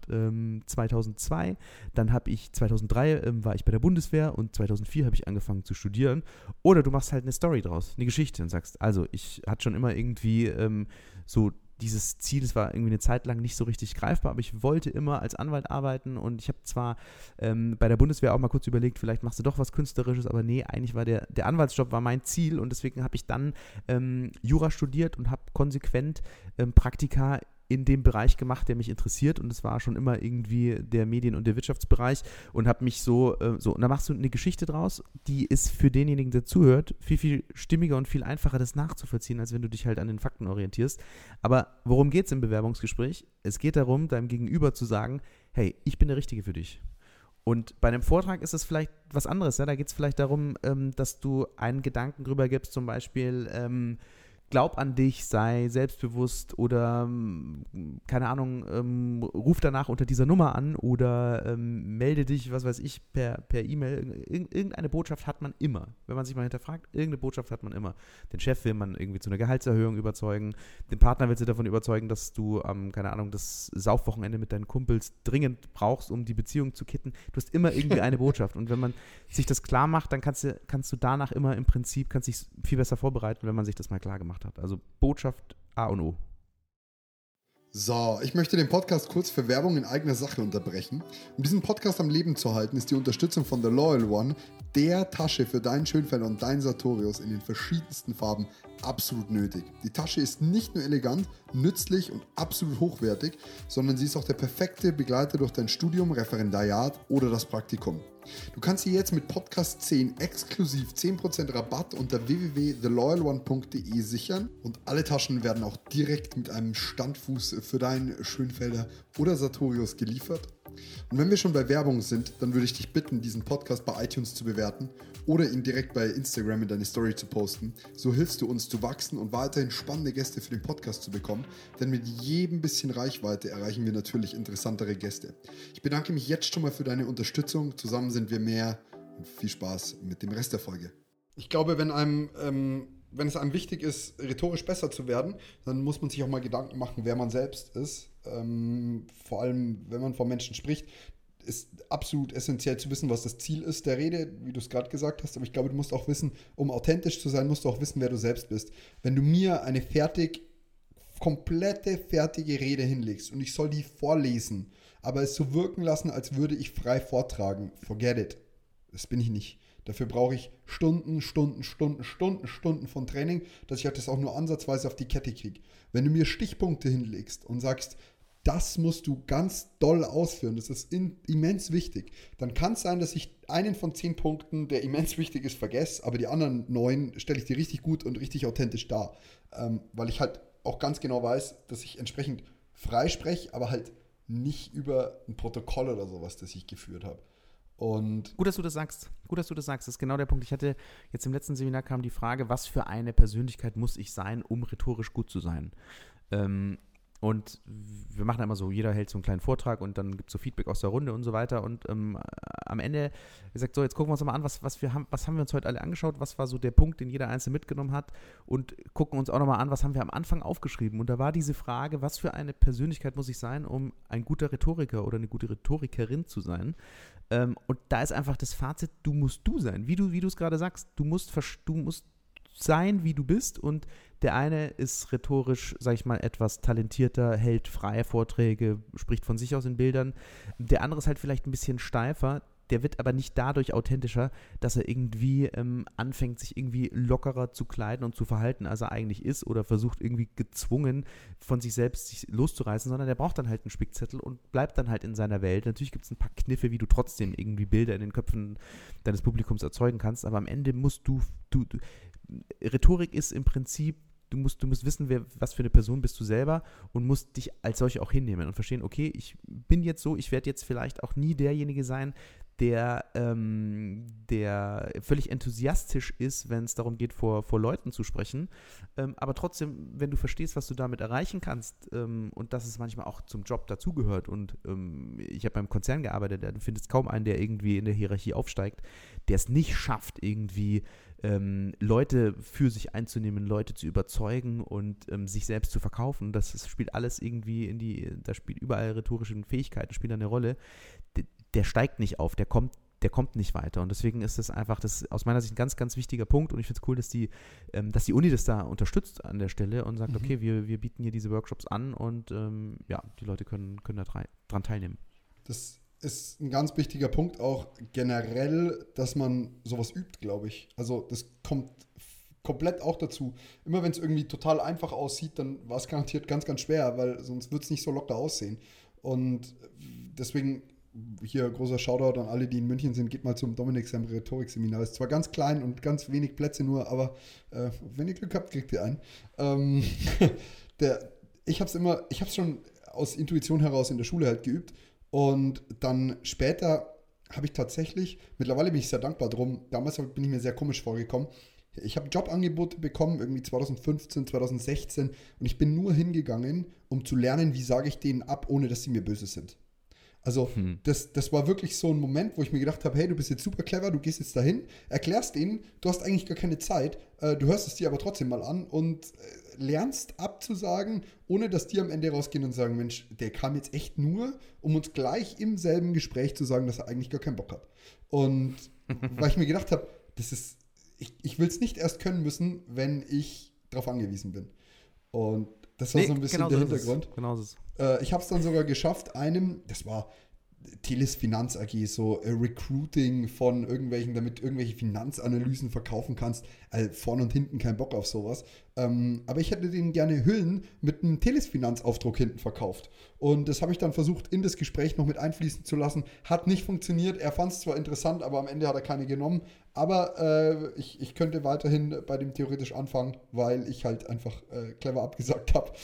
2002, dann habe ich 2003 war ich bei der Bundeswehr und 2004 habe ich angefangen zu studieren. Oder du machst halt eine Story draus, eine Geschichte und sagst, also ich hatte schon immer irgendwie so dieses Ziel, es war irgendwie eine Zeit lang nicht so richtig greifbar, aber ich wollte immer als Anwalt arbeiten und ich habe zwar bei der Bundeswehr auch mal kurz überlegt, vielleicht machst du doch was Künstlerisches, aber nee, eigentlich war der Anwaltsjob war mein Ziel und deswegen habe ich dann Jura studiert und habe konsequent Praktika in dem Bereich gemacht, der mich interessiert, und es war schon immer irgendwie der Medien- und der Wirtschaftsbereich, und habe mich und da machst du eine Geschichte draus, die ist für denjenigen, der zuhört, viel, viel stimmiger und viel einfacher, das nachzuvollziehen, als wenn du dich halt an den Fakten orientierst. Aber worum geht es im Bewerbungsgespräch? Es geht darum, deinem Gegenüber zu sagen, hey, ich bin der Richtige für dich. Und bei einem Vortrag ist es vielleicht was anderes. Ja? Da geht es vielleicht darum, dass du einen Gedanken drüber gibst, zum Beispiel, glaub an dich, sei selbstbewusst oder, keine Ahnung, ruf danach unter dieser Nummer an oder melde dich, was weiß ich, per E-Mail. Irgendeine Botschaft hat man immer. Wenn man sich mal hinterfragt, irgendeine Botschaft hat man immer. Den Chef will man irgendwie zu einer Gehaltserhöhung überzeugen, den Partner willst du davon überzeugen, dass du keine Ahnung, das Saufwochenende mit deinen Kumpels dringend brauchst, um die Beziehung zu kitten. Du hast immer irgendwie eine Botschaft, und wenn man sich das klar macht, dann kannst du danach immer im Prinzip, kannst dich viel besser vorbereiten, wenn man sich das mal klar gemacht hat. Also Botschaft A und O. So, ich möchte den Podcast kurz für Werbung in eigener Sache unterbrechen. Um diesen Podcast am Leben zu halten, ist die Unterstützung von The Loyal One, der Tasche für deinen Schönfelder und deinen Sartorius in den verschiedensten Farben, absolut nötig. Die Tasche ist nicht nur elegant, nützlich und absolut hochwertig, sondern sie ist auch der perfekte Begleiter durch dein Studium, Referendariat oder das Praktikum. Du kannst sie jetzt mit Podcast 10 exklusiv 10% Rabatt unter www.theloyalone.de sichern, und alle Taschen werden auch direkt mit einem Standfuß für deinen Schönfelder oder Sartorius geliefert. Und wenn wir schon bei Werbung sind, dann würde ich dich bitten, diesen Podcast bei iTunes zu bewerten oder ihn direkt bei Instagram in deine Story zu posten. So hilfst du uns zu wachsen und weiterhin spannende Gäste für den Podcast zu bekommen, denn mit jedem bisschen Reichweite erreichen wir natürlich interessantere Gäste. Ich bedanke mich jetzt schon mal für deine Unterstützung. Zusammen sind wir mehr, und viel Spaß mit dem Rest der Folge. Ich glaube, wenn es einem wichtig ist, rhetorisch besser zu werden, dann muss man sich auch mal Gedanken machen, wer man selbst ist. Vor allem, wenn man vor Menschen spricht, ist absolut essentiell zu wissen, was das Ziel ist der Rede, wie du es gerade gesagt hast. Aber ich glaube, du musst auch wissen, um authentisch zu sein, musst du auch wissen, wer du selbst bist. Wenn du mir eine komplette fertige Rede hinlegst und ich soll die vorlesen, aber es so wirken lassen, als würde ich frei vortragen, forget it. Das bin ich nicht. Dafür brauche ich Stunden von Training, dass ich halt das auch nur ansatzweise auf die Kette kriege. Wenn du mir Stichpunkte hinlegst und sagst, das musst du ganz doll ausführen, das ist immens wichtig, dann kann es sein, dass ich einen von 10 Punkten, der immens wichtig ist, vergesse, aber die anderen 9 stelle ich dir richtig gut und richtig authentisch dar. Weil ich halt auch ganz genau weiß, dass ich entsprechend frei spreche, aber halt nicht über ein Protokoll oder sowas, das ich geführt habe. Und Gut, dass du das sagst. Das ist genau der Punkt. Ich hatte jetzt im letzten Seminar kam die Frage, was für eine Persönlichkeit muss ich sein, um rhetorisch gut zu sein? Und wir machen immer so, jeder hält so einen kleinen Vortrag und dann gibt es so Feedback aus der Runde und so weiter. Und am Ende gesagt, so, jetzt gucken wir uns mal an, was haben wir uns heute alle angeschaut, was war so der Punkt, den jeder Einzelne mitgenommen hat, und gucken uns auch nochmal an, was haben wir am Anfang aufgeschrieben. Und da war diese Frage, was für eine Persönlichkeit muss ich sein, um ein guter Rhetoriker oder eine gute Rhetorikerin zu sein? Und da ist einfach das Fazit, du musst du sein, wie du es gerade sagst. Du musst sein, wie du bist, und der eine ist rhetorisch, sag ich mal, etwas talentierter, hält freie Vorträge, spricht von sich aus in Bildern. Der andere ist halt vielleicht ein bisschen steifer, der wird aber nicht dadurch authentischer, dass er irgendwie anfängt, sich irgendwie lockerer zu kleiden und zu verhalten, als er eigentlich ist, oder versucht irgendwie gezwungen von sich selbst sich loszureißen, sondern der braucht dann halt einen Spickzettel und bleibt dann halt in seiner Welt. Natürlich gibt es ein paar Kniffe, wie du trotzdem irgendwie Bilder in den Köpfen deines Publikums erzeugen kannst, aber am Ende musst du Rhetorik ist im Prinzip, du musst wissen, was für eine Person bist du selber, und musst dich als solche auch hinnehmen und verstehen, okay, ich bin jetzt so, ich werde jetzt vielleicht auch nie derjenige sein, der völlig enthusiastisch ist, wenn es darum geht, vor Leuten zu sprechen. Aber trotzdem, wenn du verstehst, was du damit erreichen kannst, und dass es manchmal auch zum Job dazugehört, und ich habe beim Konzern gearbeitet, du findest kaum einen, der irgendwie in der Hierarchie aufsteigt, der es nicht schafft, irgendwie Leute für sich einzunehmen, Leute zu überzeugen und sich selbst zu verkaufen. Das spielt alles irgendwie da spielt überall rhetorische Fähigkeiten, spielen eine Rolle. Der steigt nicht auf, der kommt nicht weiter. Und deswegen ist das einfach, das ist aus meiner Sicht ein ganz, ganz wichtiger Punkt. Und ich finde es cool, dass die Uni das da unterstützt an der Stelle und sagt, okay, wir bieten hier diese Workshops an, und die Leute können da dran teilnehmen. das ist ein ganz wichtiger Punkt auch generell, dass man sowas übt, glaube ich. Also das kommt komplett auch dazu. Immer wenn es irgendwie total einfach aussieht, dann war es garantiert ganz, ganz schwer, weil sonst wird es nicht so locker aussehen. Und deswegen hier großer Shoutout an alle, die in München sind, geht mal zum Dominik Sem Rhetorik-Seminar. Ist zwar ganz klein und ganz wenig Plätze nur, aber wenn ihr Glück habt, kriegt ihr einen. Ich habe es schon aus Intuition heraus in der Schule halt geübt und dann später habe ich tatsächlich, mittlerweile bin ich sehr dankbar drum, damals bin ich mir sehr komisch vorgekommen. Ich habe Jobangebote bekommen, irgendwie 2015, 2016 und ich bin nur hingegangen, um zu lernen, wie sage ich denen ab, ohne dass sie mir böse sind. Also das war wirklich so ein Moment, wo ich mir gedacht habe, hey, du bist jetzt super clever, du gehst jetzt dahin, erklärst denen, du hast eigentlich gar keine Zeit, du hörst es dir aber trotzdem mal an und lernst abzusagen, ohne dass die am Ende rausgehen und sagen, Mensch, der kam jetzt echt nur, um uns gleich im selben Gespräch zu sagen, dass er eigentlich gar keinen Bock hat. Und weil ich mir gedacht habe, ich will es nicht erst können müssen, wenn ich darauf angewiesen bin. Und das war so ein bisschen der Hintergrund. Genau so ist es. Ich habe es dann sogar geschafft, das war Teles Finanz AG, so Recruiting von irgendwelchen, damit irgendwelche Finanzanalysen verkaufen kannst. Also vorne und hinten kein Bock auf sowas. Aber ich hätte denen gerne Hüllen mit einem Teles Finanzaufdruck hinten verkauft. Und das habe ich dann versucht, in das Gespräch noch mit einfließen zu lassen. Hat nicht funktioniert. Er fand es zwar interessant, aber am Ende hat er keine genommen. Aber ich könnte weiterhin bei dem theoretisch anfangen, weil ich halt einfach clever abgesagt habe.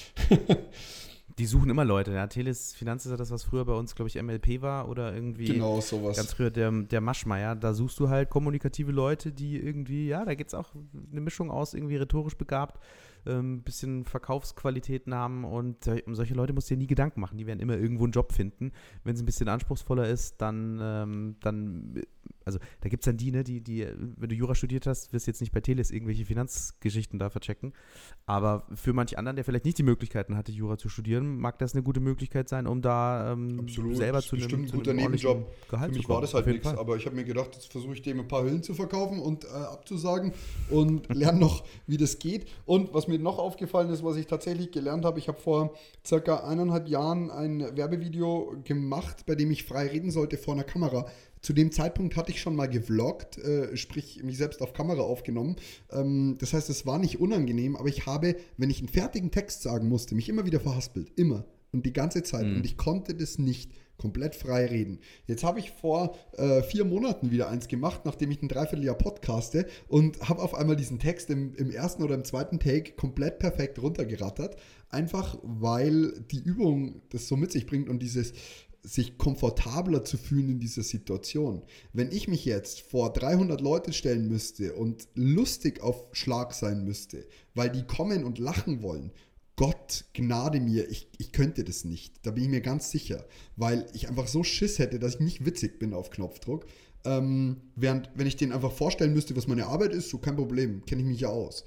Die suchen immer Leute, ja. Teles Finanz ist ja das, was früher bei uns, glaube ich, MLP war oder irgendwie genau, sowas. Ganz früher der Maschmeyer. Da suchst du halt kommunikative Leute, die irgendwie, ja, da geht es auch eine Mischung aus, irgendwie rhetorisch begabt, ein bisschen Verkaufsqualitäten haben und um solche Leute musst du dir nie Gedanken machen. Die werden immer irgendwo einen Job finden. Wenn es ein bisschen anspruchsvoller ist, dann also da gibt es dann die, wenn du Jura studiert hast, wirst du jetzt nicht bei Teles irgendwelche Finanzgeschichten da verchecken. Aber für manch anderen, der vielleicht nicht die Möglichkeiten hatte, Jura zu studieren, mag das eine gute Möglichkeit sein, um da selber zu einem guter Nebenjob. Gehalt für mich zu kommen. war das halt nichts, aber ich habe mir gedacht, jetzt versuche ich dem ein paar Hüllen zu verkaufen und abzusagen und lerne noch, wie das geht. Und was mir noch aufgefallen ist, was ich tatsächlich gelernt habe, ich habe vor circa 1,5 Jahren ein Werbevideo gemacht, bei dem ich frei reden sollte vor einer Kamera. Zu dem Zeitpunkt hatte ich schon mal gevloggt, sprich mich selbst auf Kamera aufgenommen. Das heißt, es war nicht unangenehm, aber ich habe, wenn ich einen fertigen Text sagen musste, mich immer wieder verhaspelt. Immer. Und die ganze Zeit. Und ich konnte das nicht komplett frei reden. Jetzt habe ich vor 4 Monaten wieder eins gemacht, nachdem ich ein Dreivierteljahr podcaste und habe auf einmal diesen Text im ersten oder im zweiten Take komplett perfekt runtergerattert. Einfach, weil die Übung das so mit sich bringt und dieses sich komfortabler zu fühlen in dieser Situation. Wenn ich mich jetzt vor 300 Leute stellen müsste und lustig auf Schlag sein müsste, weil die kommen und lachen wollen, Gott gnade mir, ich könnte das nicht. Da bin ich mir ganz sicher, weil ich einfach so Schiss hätte, dass ich nicht witzig bin auf Knopfdruck. Während, wenn ich denen einfach vorstellen müsste, was meine Arbeit ist, so kein Problem, kenne ich mich ja aus.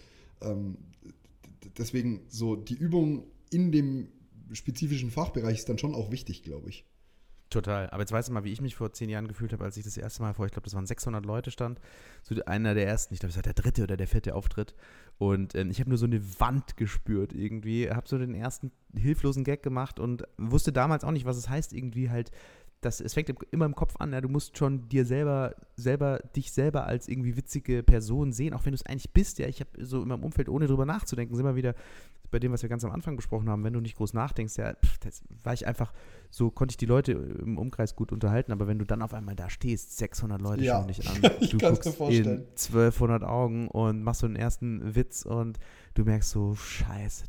Deswegen so die Übung in dem spezifischen Fachbereich ist dann schon auch wichtig, glaube ich. Total. Aber jetzt weißt du mal, wie ich mich vor 10 Jahren gefühlt habe, als ich das erste Mal ich glaube, das waren 600 Leute stand. So einer der ersten, ich glaube, das war der 3. oder der 4. Auftritt. Und ich habe nur so eine Wand gespürt irgendwie. Habe so den ersten hilflosen Gag gemacht und wusste damals auch nicht, was es heißt, irgendwie halt. Es fängt immer im Kopf an, ja, du musst schon dich selber als irgendwie witzige Person sehen, auch wenn du es eigentlich bist, ja, ich habe so in meinem Umfeld, ohne drüber nachzudenken, sind wir wieder bei dem, was wir ganz am Anfang besprochen haben, wenn du nicht groß nachdenkst, ja, das war ich einfach, so konnte ich die Leute im Umkreis gut unterhalten, aber wenn du dann auf einmal da stehst, 600 Leute schauen dich an, du guckst in 1200 Augen und machst so einen ersten Witz und du merkst so, scheiße,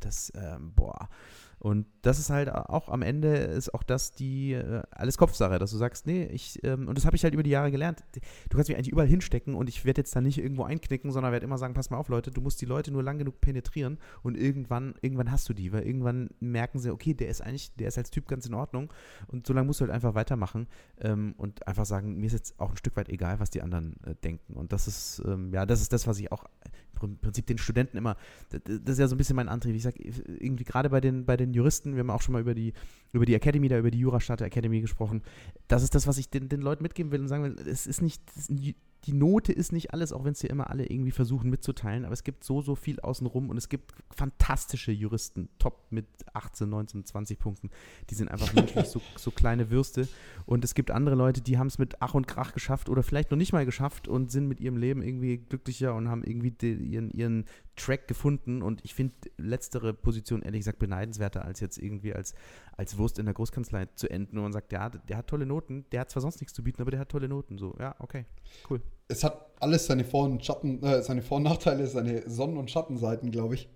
Und das ist halt auch am Ende, ist auch das alles Kopfsache, dass du sagst, nee, und das habe ich halt über die Jahre gelernt, du kannst mich eigentlich überall hinstecken und ich werde jetzt da nicht irgendwo einknicken, sondern werde immer sagen, pass mal auf, Leute, du musst die Leute nur lang genug penetrieren und irgendwann hast du die, weil irgendwann merken sie, okay, der ist als Typ ganz in Ordnung und so lange musst du halt einfach weitermachen und einfach sagen, mir ist jetzt auch ein Stück weit egal, was die anderen denken und das ist, das ist das, was ich auch im Prinzip den Studenten immer, das ist ja so ein bisschen mein Antrieb, ich sage, irgendwie gerade bei den Juristen, wir haben auch schon mal über die Academy, über die Jurastarter Academy gesprochen, das ist das, was ich den Leuten mitgeben will und sagen will, die Note ist nicht alles, auch wenn es hier immer alle irgendwie versuchen mitzuteilen, aber es gibt so viel außenrum und es gibt fantastische Juristen, top mit 18 18, 19, 20 Punkten. Die sind einfach menschlich so kleine Würste. Und es gibt andere Leute, die haben es mit Ach und Krach geschafft oder vielleicht noch nicht mal geschafft und sind mit ihrem Leben irgendwie glücklicher und haben irgendwie ihren Track gefunden. Und ich finde letztere Position ehrlich gesagt beneidenswerter, als jetzt irgendwie als Wurst in der Großkanzlei zu enden. Und man sagt, der hat tolle Noten, der hat zwar sonst nichts zu bieten, aber der hat tolle Noten. So, ja, okay, cool. Es hat alles seine Vor- und Nachteile, seine Sonnen- und Schattenseiten, glaube ich.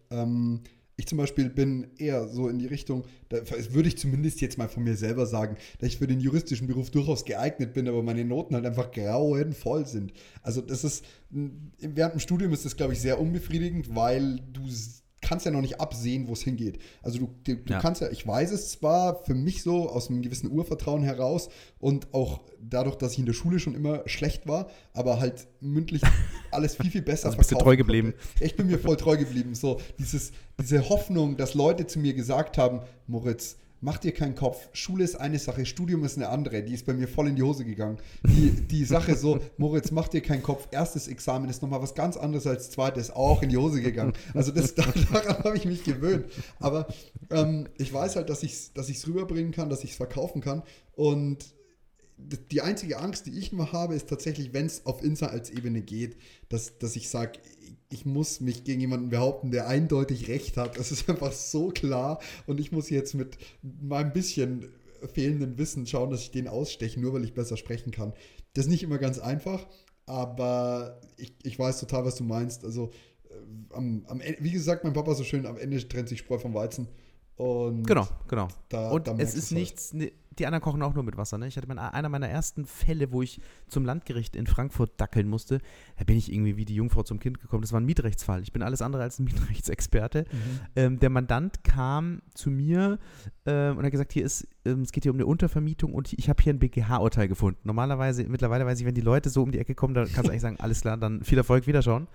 Ich zum Beispiel bin eher so in die Richtung, da würde ich zumindest jetzt mal von mir selber sagen, dass ich für den juristischen Beruf durchaus geeignet bin, aber meine Noten halt einfach grauenvoll sind. Also das ist, während dem Studium ist das, glaube ich, sehr unbefriedigend, weil du kannst ja noch nicht absehen, wo es hingeht. Also du kannst ja, ich weiß es zwar für mich so aus einem gewissen Urvertrauen heraus und auch dadurch, dass ich in der Schule schon immer schlecht war, aber halt mündlich alles viel, viel besser also bist du treu geblieben. Konnte. Ich bin mir voll treu geblieben. So diese Hoffnung, dass Leute zu mir gesagt haben, Moritz, mach dir keinen Kopf, Schule ist eine Sache, Studium ist eine andere, die ist bei mir voll in die Hose gegangen. Die Sache so, Moritz, mach dir keinen Kopf, erstes Examen ist nochmal was ganz anderes als zweites, auch in die Hose gegangen. Also daran habe ich mich gewöhnt. Aber ich weiß halt, dass ich es rüberbringen kann, dass ich es verkaufen kann. Und die einzige Angst, die ich immer habe, ist tatsächlich, wenn es auf Inhaltsebene geht, dass ich sage, ich muss mich gegen jemanden behaupten, der eindeutig recht hat. Das ist einfach so klar und ich muss jetzt mit meinem bisschen fehlenden Wissen schauen, dass ich den aussteche, nur weil ich besser sprechen kann. Das ist nicht immer ganz einfach, aber ich weiß total, was du meinst. Also am Ende, wie gesagt, mein Papa so schön, am Ende trennt sich Spreu vom Weizen. Und genau. Da es ist nichts, die anderen kochen auch nur mit Wasser. Ne? Ich hatte einer meiner ersten Fälle, wo ich zum Landgericht in Frankfurt dackeln musste, da bin ich irgendwie wie die Jungfrau zum Kind gekommen. Das war ein Mietrechtsfall. Ich bin alles andere als ein Mietrechtsexperte. Der Mandant kam zu mir und hat gesagt, es geht hier um eine Untervermietung und ich habe hier ein BGH-Urteil gefunden. Mittlerweile weiß ich, wenn die Leute so um die Ecke kommen, da kannst du eigentlich sagen, alles klar, dann viel Erfolg, wiederschauen.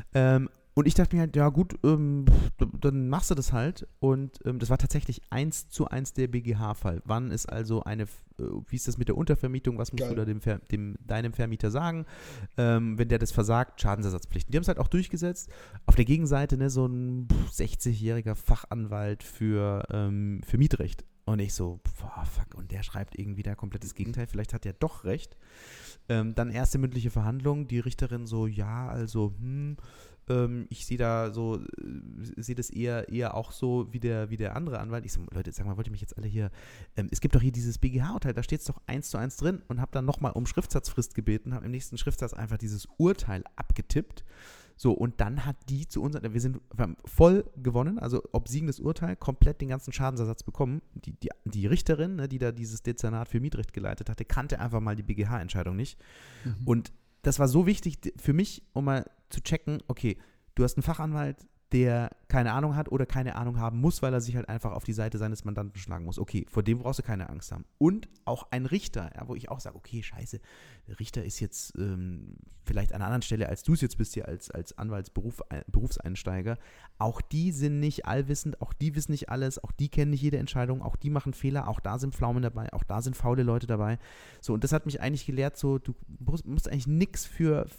Und ich dachte mir halt, ja gut, dann machst du das halt. Und das war tatsächlich 1:1 der BGH-Fall. Wann ist also wie ist das mit der Untervermietung, was musst du da deinem Vermieter sagen, wenn der das versagt, Schadensersatzpflichten. Die haben es halt auch durchgesetzt. Auf der Gegenseite so ein 60-jähriger Fachanwalt für Mietrecht. Und ich so, fuck, und der schreibt irgendwie da komplettes Gegenteil, vielleicht hat er doch recht. Dann erste mündliche Verhandlung, die Richterin so, ja, also, ich sehe das eher auch so wie der andere Anwalt. Ich so, Leute, sag mal, wollt ihr mich jetzt alle hier, es gibt doch hier dieses BGH-Urteil, da steht es doch 1:1 drin und habe dann nochmal um Schriftsatzfrist gebeten, habe im nächsten Schriftsatz einfach dieses Urteil abgetippt. So, und dann hat wir haben voll gewonnen, also obsiegendes Urteil, komplett den ganzen Schadensersatz bekommen. Die Richterin, ne, die da dieses Dezernat für Mietrecht geleitet hatte, kannte einfach mal die BGH-Entscheidung nicht. Und das war so wichtig für mich, um mal zu checken, okay, du hast einen Fachanwalt, der keine Ahnung hat oder keine Ahnung haben muss, weil er sich halt einfach auf die Seite seines Mandanten schlagen muss. Okay, vor dem brauchst du keine Angst haben. Und auch ein Richter, ja, wo ich auch sage, okay, scheiße, der Richter ist jetzt vielleicht an einer anderen Stelle, als du es jetzt bist hier als Berufseinsteiger. Auch die sind nicht allwissend, auch die wissen nicht alles, auch die kennen nicht jede Entscheidung, auch die machen Fehler, auch da sind Pflaumen dabei, auch da sind faule Leute dabei. So, und das hat mich eigentlich gelehrt, so, du musst eigentlich nichts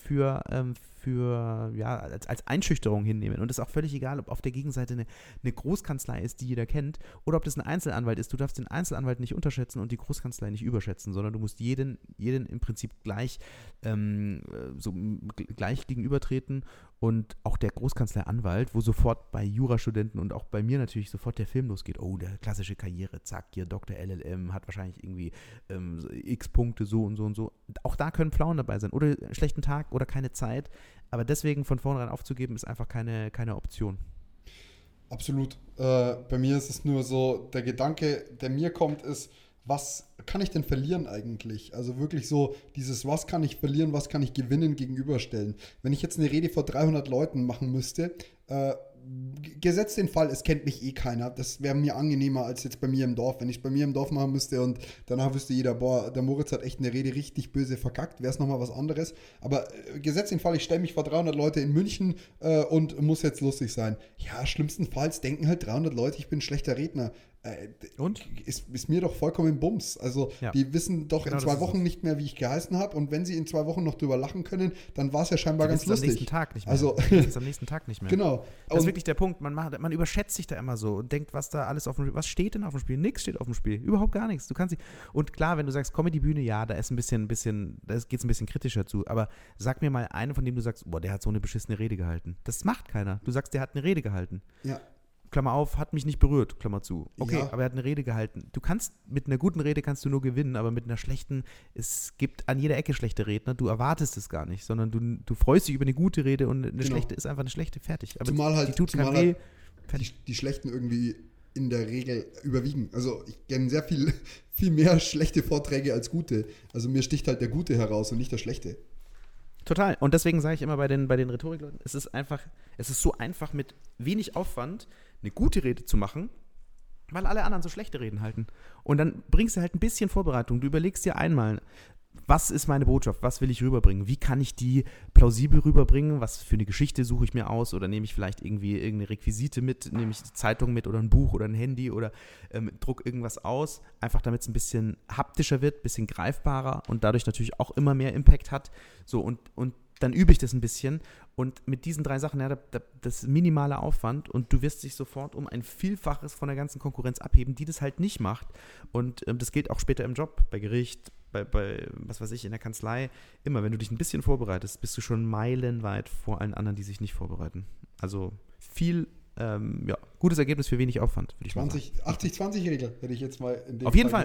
als Einschüchterung hinnehmen. Und das ist auch völlig egal, ob auf der Gegenseite eine Großkanzlei ist, die jeder kennt, oder ob das ein Einzelanwalt ist. Du darfst den Einzelanwalt nicht unterschätzen und die Großkanzlei nicht überschätzen, sondern du musst jeden im Prinzip gleich gegenübertreten. Und auch der Großkanzleianwalt, wo sofort bei Jurastudenten und auch bei mir natürlich sofort der Film losgeht. Oh, der klassische Karriere, zack, hier Dr. LLM, hat wahrscheinlich irgendwie x Punkte, so und so und so. Auch da können Pflaumen dabei sein. Oder einen schlechten Tag oder keine Zeit. Aber deswegen von vornherein aufzugeben, ist einfach keine Option. Absolut. Bei mir ist es nur so, der Gedanke, der mir kommt, ist, was kann ich denn verlieren eigentlich? Also wirklich so dieses, was kann ich verlieren, was kann ich gewinnen, gegenüberstellen. Wenn ich jetzt eine Rede vor 300 Leuten machen müsste, gesetzt den Fall, es kennt mich eh keiner, das wäre mir angenehmer als jetzt bei mir im Dorf. Wenn ich es bei mir im Dorf machen müsste und danach wüsste jeder, boah, der Moritz hat echt eine Rede richtig böse verkackt, wäre es nochmal was anderes. Aber gesetzt den Fall, ich stelle mich vor 300 Leute in München und muss jetzt lustig sein. Ja, schlimmstenfalls denken halt 300 Leute, ich bin ein schlechter Redner. Und? Ist mir doch vollkommen Bums. Also die wissen doch genau in 2 Wochen nicht mehr, wie ich geheißen habe. Und wenn sie in 2 Wochen noch drüber lachen können, dann war es ja scheinbar ganz lustig. Am nächsten Tag nicht mehr. Am nächsten Tag nicht mehr. Genau. Das ist wirklich der Punkt. Man überschätzt sich da immer so und denkt, was da alles was steht denn auf dem Spiel? Nichts steht auf dem Spiel. Überhaupt gar nichts. Du kannst und klar, wenn du sagst, Comedy-Bühne, ja, da ist da geht es ein bisschen kritischer zu. Aber sag mir mal einen, von dem du sagst, boah, der hat so eine beschissene Rede gehalten. Das macht keiner. Du sagst, der hat eine Rede gehalten. Ja. Klammer auf, hat mich nicht berührt, Klammer zu. Okay, ja. Aber er hat eine Rede gehalten. Mit einer guten Rede kannst du nur gewinnen, aber mit einer schlechten, es gibt an jeder Ecke schlechte Redner, du erwartest es gar nicht, sondern du freust dich über eine gute Rede und eine schlechte ist einfach eine schlechte, fertig. Aber die tut keinem weh. Die schlechten irgendwie in der Regel überwiegen. Also ich kenne sehr viel mehr schlechte Vorträge als gute. Also mir sticht halt der Gute heraus und nicht der Schlechte. Total. Und deswegen sage ich immer bei den Rhetorikleuten, es ist so einfach mit wenig Aufwand eine gute Rede zu machen, weil alle anderen so schlechte Reden halten. Und dann bringst du halt ein bisschen Vorbereitung. Du überlegst dir einmal, was ist meine Botschaft, was will ich rüberbringen, wie kann ich die plausibel rüberbringen, was für eine Geschichte suche ich mir aus oder nehme ich vielleicht irgendwie irgendeine Requisite mit, nehme ich eine Zeitung mit oder ein Buch oder ein Handy oder druck irgendwas aus, einfach damit es ein bisschen haptischer wird, ein bisschen greifbarer und dadurch natürlich auch immer mehr Impact hat. So und dann übe ich das ein bisschen und mit diesen 3 Sachen, ja, das minimale Aufwand und du wirst dich sofort um ein Vielfaches von der ganzen Konkurrenz abheben, die das halt nicht macht und das gilt auch später im Job, bei Gericht, bei was weiß ich, in der Kanzlei, immer, wenn du dich ein bisschen vorbereitest, bist du schon meilenweit vor allen anderen, die sich nicht vorbereiten. Also viel gutes Ergebnis für wenig Aufwand, würde ich mal sagen. 80-20-Regel hätte ich jetzt mal in dem Auf jeden Fall.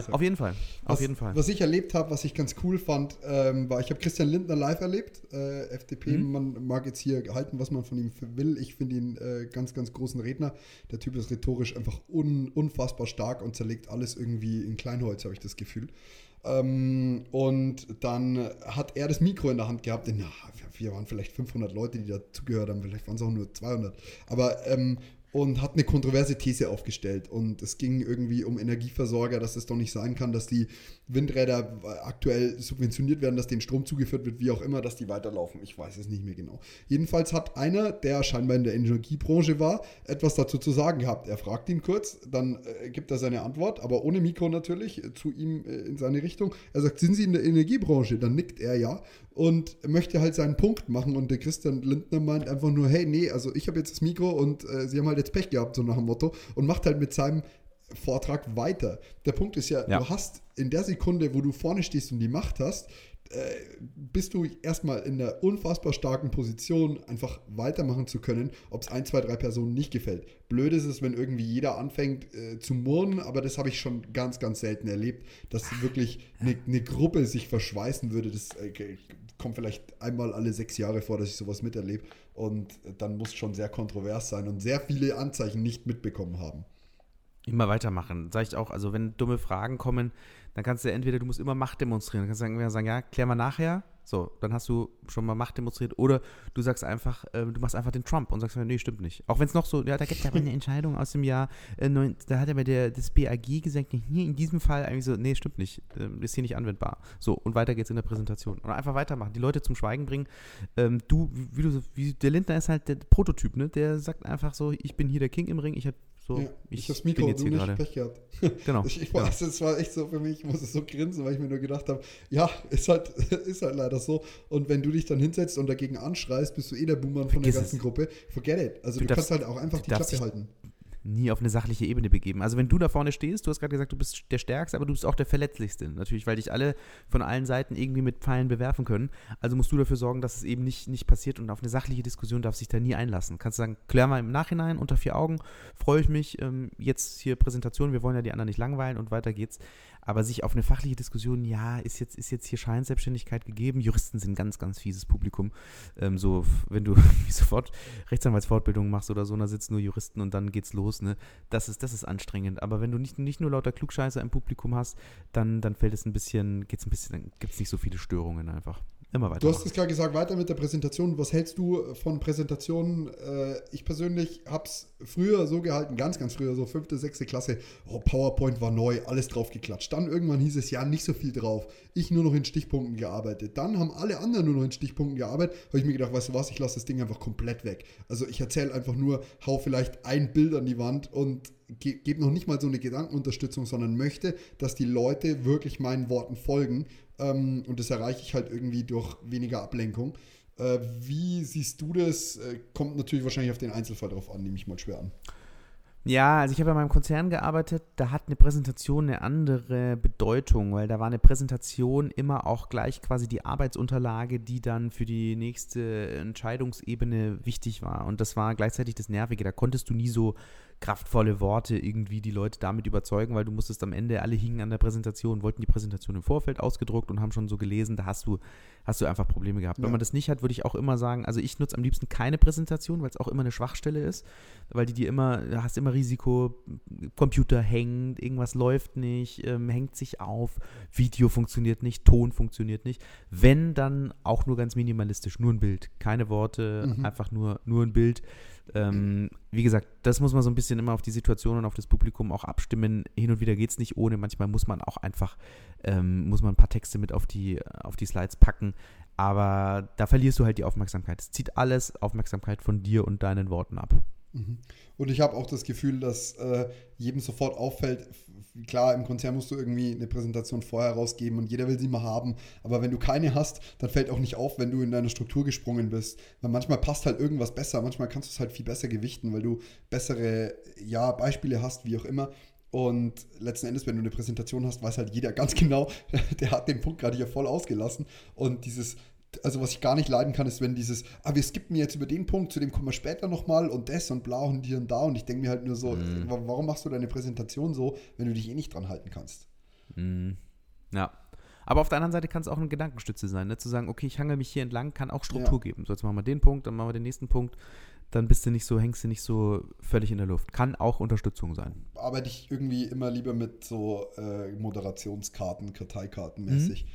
Was ich erlebt habe, was ich ganz cool fand, war, ich habe Christian Lindner live erlebt, FDP, man mag jetzt hier halten, was man von ihm will, ich finde ihn ganz, ganz großen Redner, der Typ ist rhetorisch einfach unfassbar stark und zerlegt alles irgendwie in Kleinholz, habe ich das Gefühl. Und dann hat er das Mikro in der Hand gehabt. Wir waren vielleicht 500 Leute, die dazugehört haben, vielleicht waren es auch nur 200. Aber und hat eine kontroverse These aufgestellt. Und es ging irgendwie um Energieversorger, dass es doch nicht sein kann, dass die Windräder aktuell subventioniert werden, dass denen Strom zugeführt wird, wie auch immer, dass die weiterlaufen. Ich weiß es nicht mehr genau. Jedenfalls hat einer, der scheinbar in der Energiebranche war, etwas dazu zu sagen gehabt. Er fragt ihn kurz, dann gibt er seine Antwort, aber ohne Mikro natürlich, zu ihm in seine Richtung. Er sagt, sind Sie in der Energiebranche? Dann nickt er ja und möchte halt seinen Punkt machen. Und der Christian Lindner meint einfach nur, hey, nee, also ich habe jetzt das Mikro und Sie haben halt jetzt Pech gehabt, so nach dem Motto, und macht halt mit seinem Vortrag weiter. Der Punkt ist ja, du hast in der Sekunde, wo du vorne stehst und die Macht hast, bist du erstmal in einer unfassbar starken Position, einfach weitermachen zu können, ob es 1, 2, 3 Personen nicht gefällt. Blöd ist es, wenn irgendwie jeder anfängt zu murren, aber das habe ich schon ganz, ganz selten erlebt, dass wirklich eine Gruppe sich verschweißen würde. Das kommt vielleicht einmal alle 6 Jahre vor, dass ich sowas miterlebe, und dann muss schon sehr kontrovers sein und sehr viele Anzeichen nicht mitbekommen haben. Immer weitermachen, sage ich auch. Also wenn dumme Fragen kommen, dann kannst du musst immer Macht demonstrieren. Dann kannst du sagen, ja, klär mal nachher. So, dann hast du schon mal Macht demonstriert. Oder du sagst einfach, du machst einfach den Trump und sagst, nee, stimmt nicht. Auch wenn es noch so, ja, da gibt es aber eine Entscheidung aus dem Jahr, da hat aber das BAG gesagt, hier in diesem Fall eigentlich so, nee, stimmt nicht, ist hier nicht anwendbar. So, und weiter geht's in der Präsentation. Oder einfach weitermachen, die Leute zum Schweigen bringen. Der Lindner ist halt der Prototyp, ne? Der sagt einfach so, ich bin hier der King im Ring, ich habe das Mikro, du nicht Pech gehabt. Genau. Ich weiß, es war echt so für mich, ich musste so grinsen, weil ich mir nur gedacht habe, ja, ist halt leider so. Und wenn du dich dann hinsetzt und dagegen anschreist, bist du der Buhmann von der ganzen Gruppe. Forget it. Also du kannst halt auch einfach die Klappe halten. Nie auf eine sachliche Ebene begeben. Also wenn du da vorne stehst, du hast gerade gesagt, du bist der Stärkste, aber du bist auch der Verletzlichste. Natürlich, weil dich alle von allen Seiten irgendwie mit Pfeilen bewerfen können. Also musst du dafür sorgen, dass es eben nicht passiert, und auf eine sachliche Diskussion darf sich da nie einlassen. Kannst sagen, klär mal im Nachhinein, unter 4 Augen, freue ich mich, jetzt hier Präsentation, wir wollen ja die anderen nicht langweilen, und weiter geht's. Aber sich auf eine fachliche Diskussion, ja, ist jetzt hier Scheinselbstständigkeit gegeben. Juristen sind ein ganz, ganz fieses Publikum. So, wenn du sofort Rechtsanwaltsfortbildung machst oder so, da sitzen nur Juristen und dann geht's los, ne? Das ist anstrengend. Aber wenn du nicht nur lauter Klugscheißer im Publikum hast, dann fällt es dann gibt es nicht so viele Störungen einfach. Immer weiter. Du hast es gerade gesagt, weiter mit der Präsentation. Was hältst du von Präsentationen? Ich persönlich habe es früher so gehalten, ganz, ganz früher, so 5., 6. Klasse. Oh, PowerPoint war neu, alles drauf geklatscht. Dann irgendwann hieß es, ja, nicht so viel drauf. Ich nur noch in Stichpunkten gearbeitet. Dann haben alle anderen nur noch in Stichpunkten gearbeitet. Habe ich mir gedacht, weißt du was, ich lasse das Ding einfach komplett weg. Also ich erzähle einfach nur, hau vielleicht ein Bild an die Wand Wand und gebe noch nicht mal so eine Gedankenunterstützung, sondern möchte, dass die Leute wirklich meinen Worten folgen. Und das erreiche ich halt irgendwie durch weniger Ablenkung. Wie siehst du das? Kommt natürlich wahrscheinlich auf den Einzelfall drauf an, nehme ich mal schwer an. Ja, also ich habe ja in meinem Konzern gearbeitet, da hat eine Präsentation eine andere Bedeutung, weil da war eine Präsentation immer auch gleich quasi die Arbeitsunterlage, die dann für die nächste Entscheidungsebene wichtig war. Und das war gleichzeitig das Nervige, da konntest du nie so kraftvolle Worte irgendwie die Leute damit überzeugen, weil du musstest am Ende, alle hingen an der Präsentation, wollten die Präsentation im Vorfeld ausgedruckt und haben schon so gelesen, da hast du einfach Probleme gehabt. Ja. Wenn man das nicht hat, würde ich auch immer sagen, also ich nutze am liebsten keine Präsentation, weil es auch immer eine Schwachstelle ist, weil da hast immer Risiko, Computer hängt, irgendwas läuft nicht, hängt sich auf, Video funktioniert nicht, Ton funktioniert nicht. Wenn, dann auch nur ganz minimalistisch, nur ein Bild, keine Worte, einfach nur ein Bild. Wie gesagt, das muss man so ein bisschen immer auf die Situation und auf das Publikum auch abstimmen. Hin und wieder geht es nicht ohne. Manchmal muss man auch einfach ein paar Texte mit auf die Slides packen. Aber da verlierst du halt die Aufmerksamkeit. Es zieht alles Aufmerksamkeit von dir und deinen Worten ab. Und ich habe auch das Gefühl, dass jedem sofort auffällt, klar, im Konzern musst du irgendwie eine Präsentation vorher rausgeben und jeder will sie mal haben, aber wenn du keine hast, dann fällt auch nicht auf, wenn du in deine Struktur gesprungen bist, weil manchmal passt halt irgendwas besser, manchmal kannst du es halt viel besser gewichten, weil du bessere Beispiele hast, wie auch immer. Und letzten Endes, wenn du eine Präsentation hast, weiß halt jeder ganz genau, der hat den Punkt gerade hier voll ausgelassen. Und also was ich gar nicht leiden kann, ist, wenn wir skippen jetzt über den Punkt, zu dem kommen wir später nochmal und das und bla und hier und da. Und ich denke mir halt nur so, warum machst du deine Präsentation so, wenn du dich eh nicht dran halten kannst? Ja. Aber auf der anderen Seite kann es auch eine Gedankenstütze sein, ne? Zu sagen, okay, ich hangel mich hier entlang, kann auch Struktur geben. So, jetzt machen wir den Punkt, dann machen wir den nächsten Punkt. Dann hängst du nicht so völlig in der Luft. Kann auch Unterstützung sein. Arbeite ich irgendwie immer lieber mit so Moderationskarten, Karteikarten mäßig.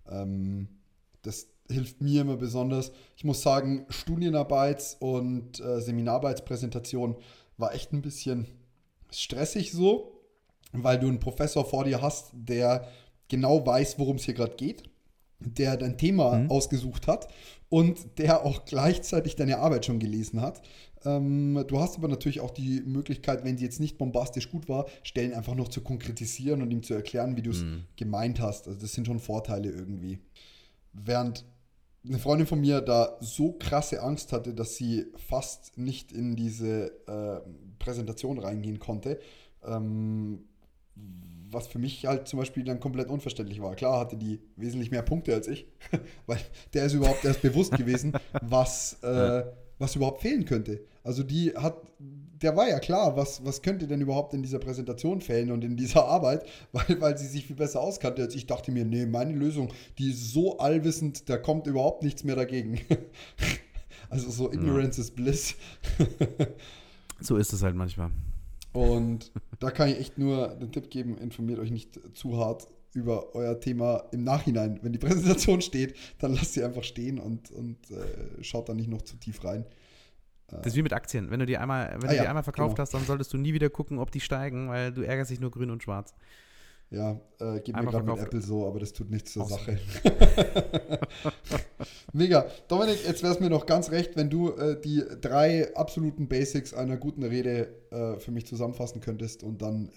Das hilft mir immer besonders. Ich muss sagen, Studienarbeits- und Seminararbeitspräsentation war echt ein bisschen stressig so, weil du einen Professor vor dir hast, der genau weiß, worum es hier gerade geht, der dein Thema ausgesucht hat und der auch gleichzeitig deine Arbeit schon gelesen hat. Du hast aber natürlich auch die Möglichkeit, wenn sie jetzt nicht bombastisch gut war, Stellen einfach noch zu konkretisieren und ihm zu erklären, wie du es gemeint hast. Also das sind schon Vorteile irgendwie. Während eine Freundin von mir da so krasse Angst hatte, dass sie fast nicht in diese Präsentation reingehen konnte, was für mich halt zum Beispiel dann komplett unverständlich war. Klar hatte die wesentlich mehr Punkte als ich, weil der ist überhaupt erst bewusst gewesen, was überhaupt fehlen könnte. Also der war ja klar, was könnte denn überhaupt in dieser Präsentation fehlen und in dieser Arbeit, weil sie sich viel besser auskannte als ich. Dachte mir, nee, meine Lösung, die ist so allwissend, da kommt überhaupt nichts mehr dagegen. Also so Ignorance is Bliss. So ist es halt manchmal. Und da kann ich echt nur den Tipp geben, informiert euch nicht zu hart über euer Thema im Nachhinein. Wenn die Präsentation steht, dann lasst sie einfach stehen und schaut da nicht noch zu tief rein. Das ist wie mit Aktien. Wenn du die einmal verkauft hast, dann solltest du nie wieder gucken, ob die steigen, weil du ärgerst dich nur grün und schwarz. Ja, geht mir gerade mit Apple so, aber das tut nichts zur Sache. Mega. Dominik, jetzt wäre es mir noch ganz recht, wenn du die 3 absoluten Basics einer guten Rede für mich zusammenfassen könntest und dann,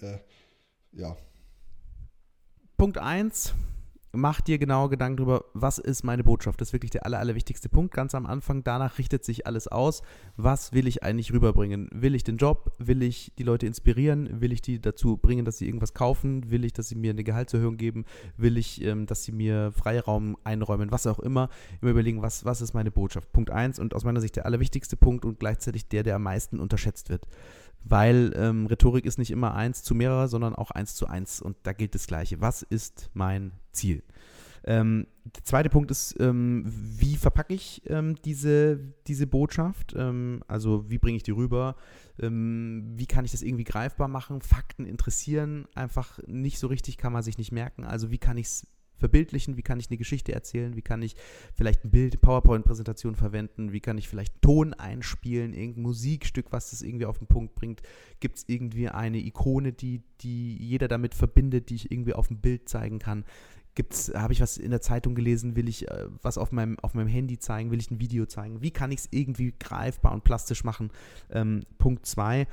Punkt 1. Mach dir genau Gedanken darüber, was ist meine Botschaft? Das ist wirklich der allerwichtigste Punkt ganz am Anfang. Danach richtet sich alles aus. Was will ich eigentlich rüberbringen? Will ich den Job? Will ich die Leute inspirieren? Will ich die dazu bringen, dass sie irgendwas kaufen? Will ich, dass sie mir eine Gehaltserhöhung geben? Will ich, dass sie mir Freiraum einräumen? Was auch immer. Immer überlegen, was ist meine Botschaft? Punkt 1 und aus meiner Sicht der allerwichtigste Punkt und gleichzeitig der am meisten unterschätzt wird. Weil Rhetorik ist nicht immer 1 zu mehrerer, sondern auch 1 zu 1 und da gilt das Gleiche. Was ist mein Ziel? Der zweite Punkt ist, wie verpacke ich diese Botschaft? Also wie bringe ich die rüber? Wie kann ich das irgendwie greifbar machen? Fakten interessieren einfach nicht so richtig, kann man sich nicht merken. Also wie kann ich es verbildlichen, wie kann ich eine Geschichte erzählen, wie kann ich vielleicht ein Bild, PowerPoint-Präsentation verwenden, wie kann ich vielleicht Ton einspielen, irgendein Musikstück, was das irgendwie auf den Punkt bringt, gibt es irgendwie eine Ikone, die jeder damit verbindet, die ich irgendwie auf dem Bild zeigen kann, habe ich was in der Zeitung gelesen, will ich was auf meinem Handy zeigen, will ich ein Video zeigen, wie kann ich es irgendwie greifbar und plastisch machen, Punkt 2.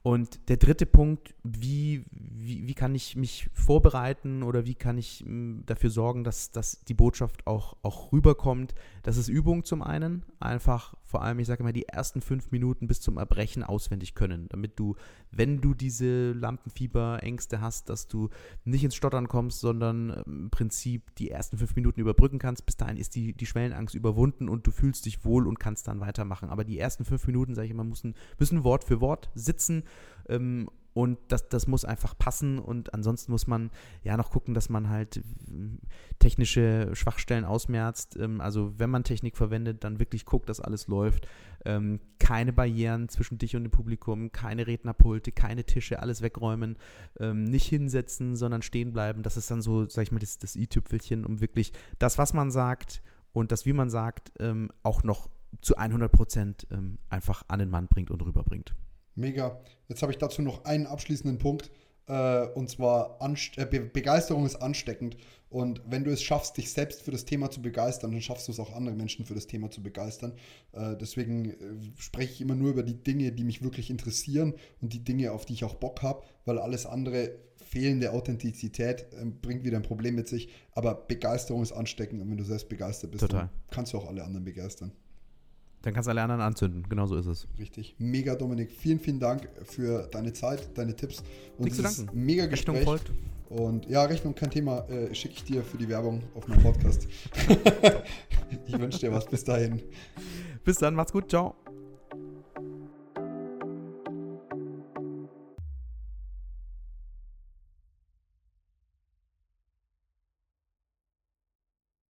Und der dritte Punkt, wie kann ich mich vorbereiten oder wie kann ich dafür sorgen, dass die Botschaft auch rüberkommt. Das ist Übung zum einen, einfach vor allem, ich sage immer, die ersten 5 Minuten bis zum Erbrechen auswendig können, damit du, wenn du diese Lampenfieberängste hast, dass du nicht ins Stottern kommst, sondern im Prinzip die ersten 5 Minuten überbrücken kannst. Bis dahin ist die Schwellenangst überwunden und du fühlst dich wohl und kannst dann weitermachen. Aber die ersten 5 Minuten, sage ich immer, müssen Wort für Wort sitzen. Und das muss einfach passen und ansonsten muss man ja noch gucken, dass man halt technische Schwachstellen ausmerzt. Also wenn man Technik verwendet, dann wirklich guckt, dass alles läuft. Keine Barrieren zwischen dich und dem Publikum, keine Rednerpulte, keine Tische, alles wegräumen, nicht hinsetzen, sondern stehen bleiben. Das ist dann so, sag ich mal, das i-Tüpfelchen, um wirklich das, was man sagt und das, wie man sagt, auch noch zu 100% einfach an den Mann bringt und rüberbringt. Mega. Jetzt habe ich dazu noch einen abschließenden Punkt. Und zwar Begeisterung ist ansteckend. Und wenn du es schaffst, dich selbst für das Thema zu begeistern, dann schaffst du es auch andere Menschen für das Thema zu begeistern. Deswegen spreche ich immer nur über die Dinge, die mich wirklich interessieren und die Dinge, auf die ich auch Bock habe, weil alles andere, fehlende Authentizität, bringt wieder ein Problem mit sich. Aber Begeisterung ist ansteckend und wenn du selbst begeistert bist, dann kannst du auch alle anderen begeistern. Dann kannst du alle anderen anzünden, genau so ist es. Richtig. Mega, Dominik. Vielen, vielen Dank für deine Zeit, deine Tipps. Und nichts zu danken. Mega Gespräch. Rechnung folgt. Und ja, Rechnung, kein Thema. Schicke ich dir für die Werbung auf meinem Podcast. Ich wünsche dir was. Bis dahin. Bis dann, macht's gut. Ciao.